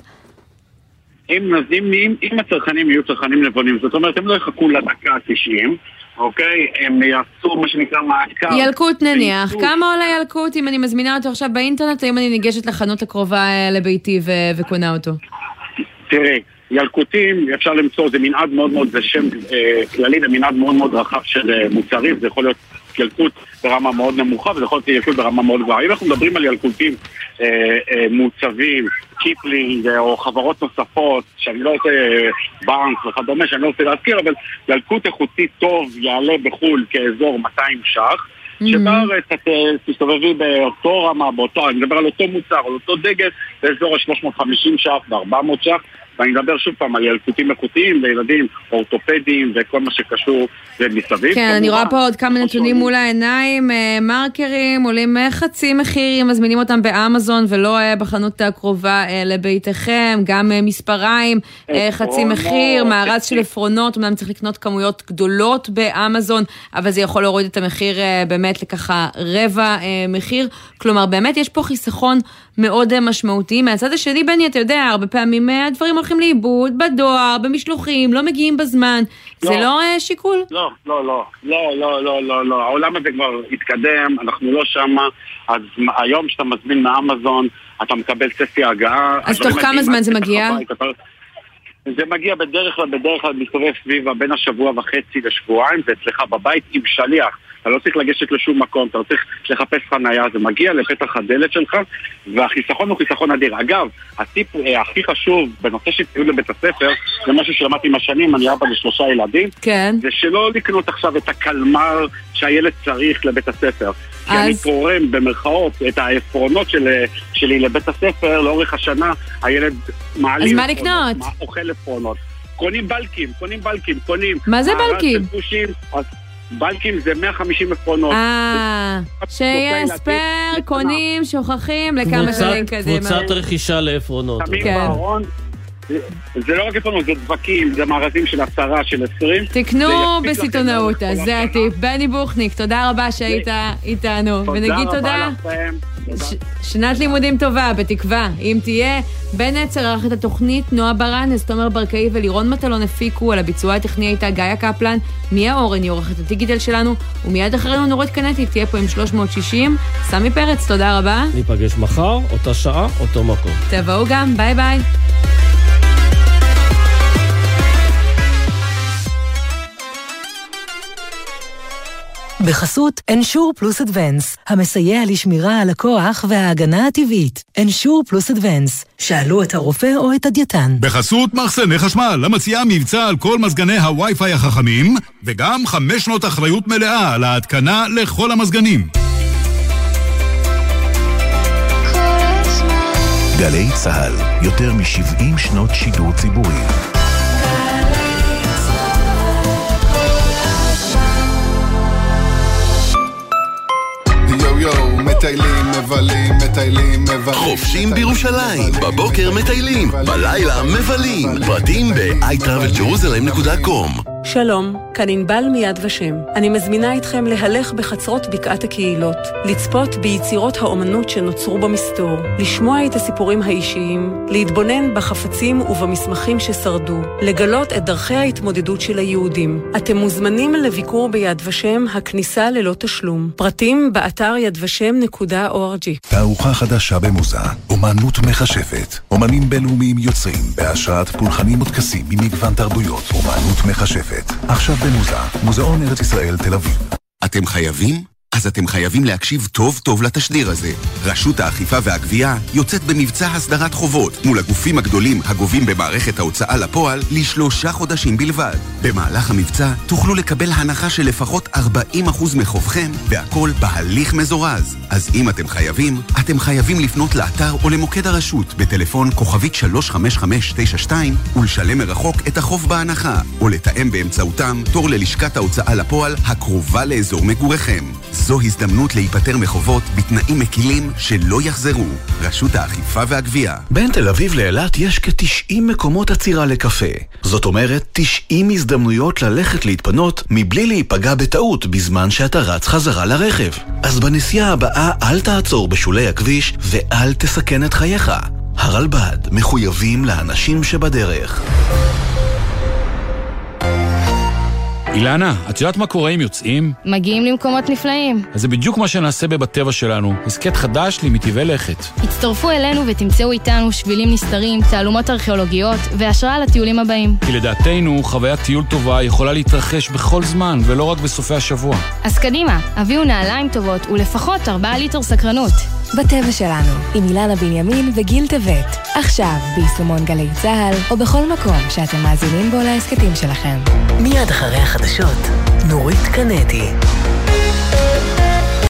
אם, אם, אם, אם הצרכנים יהיו צרכנים נבונים, זאת אומרת, הם לא יחכו לדקה ה-תשעים, אוקיי? הם יעשו מה שנקרא מעקב. ילקוט נניח. כמה עולה ילקוט אם אני מזמינה אותו עכשיו באינטרנט, או אם אני ניגשת לחנות הקרובה לביתי ו- וקונה אותו? תראה, ילקוטים, אפשר למצוא, זה מנעד מאוד מאוד, זה שם אה, כללי, זה מנעד מאוד מאוד רחב של אה, מוצרים, זה יכול להיות ילקוט ברמה מאוד נמוכה, וזה יכול להיות ילקוט ברמה מאוד גבוהה. אם אנחנו מדברים על ילקוטים אה, אה, מוצבים, קיפלינג או חברות נוספות, שאני לא עושה בנק וכדומה, שאני לא עושה להזכיר, אבל ילקוט איכותי טוב יעלה בחול כאזור מאתיים שח, שבארץ את תסתובבי באותו רמה, באותו, אני מדבר על אותו מוצר, על אותו דגל, באזור ה-שלוש מאות וחמישים שח ו-ארבע מאות שח, ואני מדבר שוב פעם על ילקוטים איכותיים לילדים אורתופדיים וכל מה שקשור מסביב. כן, אני רואה פה עוד כמה נתונים מול העיניים, מרקרים עולים חצי מחיר, מזמינים אותם באמזון ולא בחנות הקרובה לביתכם, גם מספריים, חצי מחיר, מארז של עפרונות, אומנם צריך לקנות כמויות גדולות באמזון, אבל זה יכול להוריד את המחיר באמת לככה רבע מחיר, כלומר באמת יש פה חיסכון מאוד משמעותי. מהצד השני, בני, אתה יודע, הרבה פעמים הדברים הולכים לאיבוד, בדואר, במשלוחים, לא מגיעים בזמן. לא. זה לא שיקול? לא, לא, לא, לא, לא, לא, לא, לא. העולם הזה כבר התקדם, אנחנו לא שמה. אז היום שאתה מזמין מאמזון, אתה מקבל צפי הגעה. אז תוך כמה זמן זה מגיע? זה מגיע בדרך כלל, בדרך כלל מסתובב סביב בין השבוע וחצי לשבועיים, זה אצלך בבית עם שליח. אתה לא צריך לגשת לשום מקום, אתה לא צריך לחפש חנייה, זה מגיע לפתח הדלת שלך, והחיסכון הוא חיסכון אדיר. אגב, הטיפ אה, הכי חשוב בנושא של ציוד לבית הספר, זה משהו שלמדתי עם השנים, אני אבא לשלושה ילדים, כן. זה שלא לקנות עכשיו את הקלמר שהילד צריך לבית הספר. אז... כי אני תורם במרכאות את העפרונות של, שלי לבית הספר, לאורך השנה הילד מעלים... אז מה לקנות? מה, אוכל עפרונות. קונים בלקים, קונים בלקים, קונים... מה זה בלקים? אז... בלקים זה מאה וחמישים עפרונות. אה, שיהיה ספר, קונים, שוכחים, לכמה שנים קדימה. קבוצת רכישה לעפרונות. כן. זה לא רק עפרונות, זה דבקים, זה מארזים של עשרה, של עשרים. תקנו בסיטונאות, אז זה הטיפ. בני בוכניק, תודה רבה שהיית איתנו. ונגיד תודה. שנת לימודים טובה, בתקווה. אם תהיה, בנץ ערך את התוכנית, נועה ברנס, תומר ברקאי ולירון מטלון הפיקו. על הביצוע הטכני הייתה גאיה קפלן, מיה אורן היא עורכת הדיגיטל שלנו, ומיד אחרינו נורית קנטית תהיה פה עם שלוש מאות שישים. סמי פרץ, תודה רבה. ניפגש מחר, אותה שעה, אותו מקום. תבואו גם, ביי ביי. בחסות אנשור פלוס אדוונס, המסייע לשמירה על הכוח וההגנה הטבעית. אנשור פלוס אדוונס, שאלו את הרופא או את הדייטן. בחסות מחסני חשמל, המציעה מבצע על כל מזגני הווי-פיי החכמים, וגם חמש שנות אחריות מלאה על ההתקנה לכל המזגנים. גלי צהל, יותר מ-שבעים שנות שידור ציבורי. מטיילים, מבלים, מטיילים, מבלים. חופשים בירושלים, בבוקר מטיילים, בלילה מבלים. פרטים ב-איי טראבל ג'רוזלם נקודה קום. שלום, כאן ענבל מיד ושם. אני מזמינה אתכם להלך בחצרות בקעת הקהילות, לצפות ביצירות האומנות שנוצרו במסתור, לשמוע את הסיפורים האישיים, להתבונן בחפצים ובמסמכים ששרדו, לגלות את דרכי ההתמודדות של היהודים. אתם מוזמנים לביקור ביד ושם, הכניסה ללא תשלום. פרטים באתר יד ושם נקודה או אר ג'י. תערוכה חדשה במוזה, אומנות מכשפת. אומנים בינלאומיים יוצרים בהשראת פולחנים וטקסים ממגוון תרבויות. אומנות מכשפת. עכשיו במוזה, מוזיאון ארץ ישראל תל אביב. אתם חייבים? אז אתם חייבים להקשיב טוב טוב לתשדיר הזה. רשות האכיפה והגבייה יוצאת במבצע הסדרת חובות מול הגופים הגדולים הגובים במערכת ההוצאה לפועל לשלושה חודשים בלבד. במהלך המבצע תוכלו לקבל הנחה של לפחות ארבעים אחוז מחובכם, והכל בהליך מזורז. אז אם אתם חייבים, אתם חייבים לפנות לאתר או למוקד הרשות בטלפון כוכבית שלוש חמש חמש תשע שתיים ולשלם מרחוק את החוב בהנחה, או לתאם באמצעותם תור ללשכת ההוצאה לפועל הקרובה לאזור מגוריכם. זו הזדמנות להיפטר מחובות בתנאים מקילים שלא יחזרו. רשות האכיפה והגבייה. בין תל אביב לאילת יש כ-תשעים מקומות עצירה לקפה. זאת אומרת, תשעים הזדמנויות ללכת להתפנות מבלי להיפגע בטעות בזמן שאתה רץ חזרה לרכב. אז בנסיעה הבאה אל תעצור בשולי הכביש ואל תסכן את חייך. הרלב"ד מחויבים לאנשים שבדרך. אילנה, את יודעת מה קורה אם יוצאים? מגיעים למקומות נפלאים. אז זה בדיוק מה שנעשה בבטבע שלנו, הסקט חדש למטבעי לכת. הצטרפו אלינו ותמצאו איתנו שבילים נסתרים, תעלומות ארכיאולוגיות והשראה לטיולים הבאים. כי לדעתנו, חוויית טיול טובה יכולה להתרחש בכל זמן ולא רק בסופי השבוע. אז קדימה, הביאו נעליים טובות ולפחות ארבעה ליטר סקרנות. בטבע שלנו, עם אילנה בנימין וגיל טבת. עכשיו, ביישומון גלי צהל, או בכל מקום שאתם מאזינים בו להסקטים שלכם. מיד אחרי החדשות, נורית קנדי.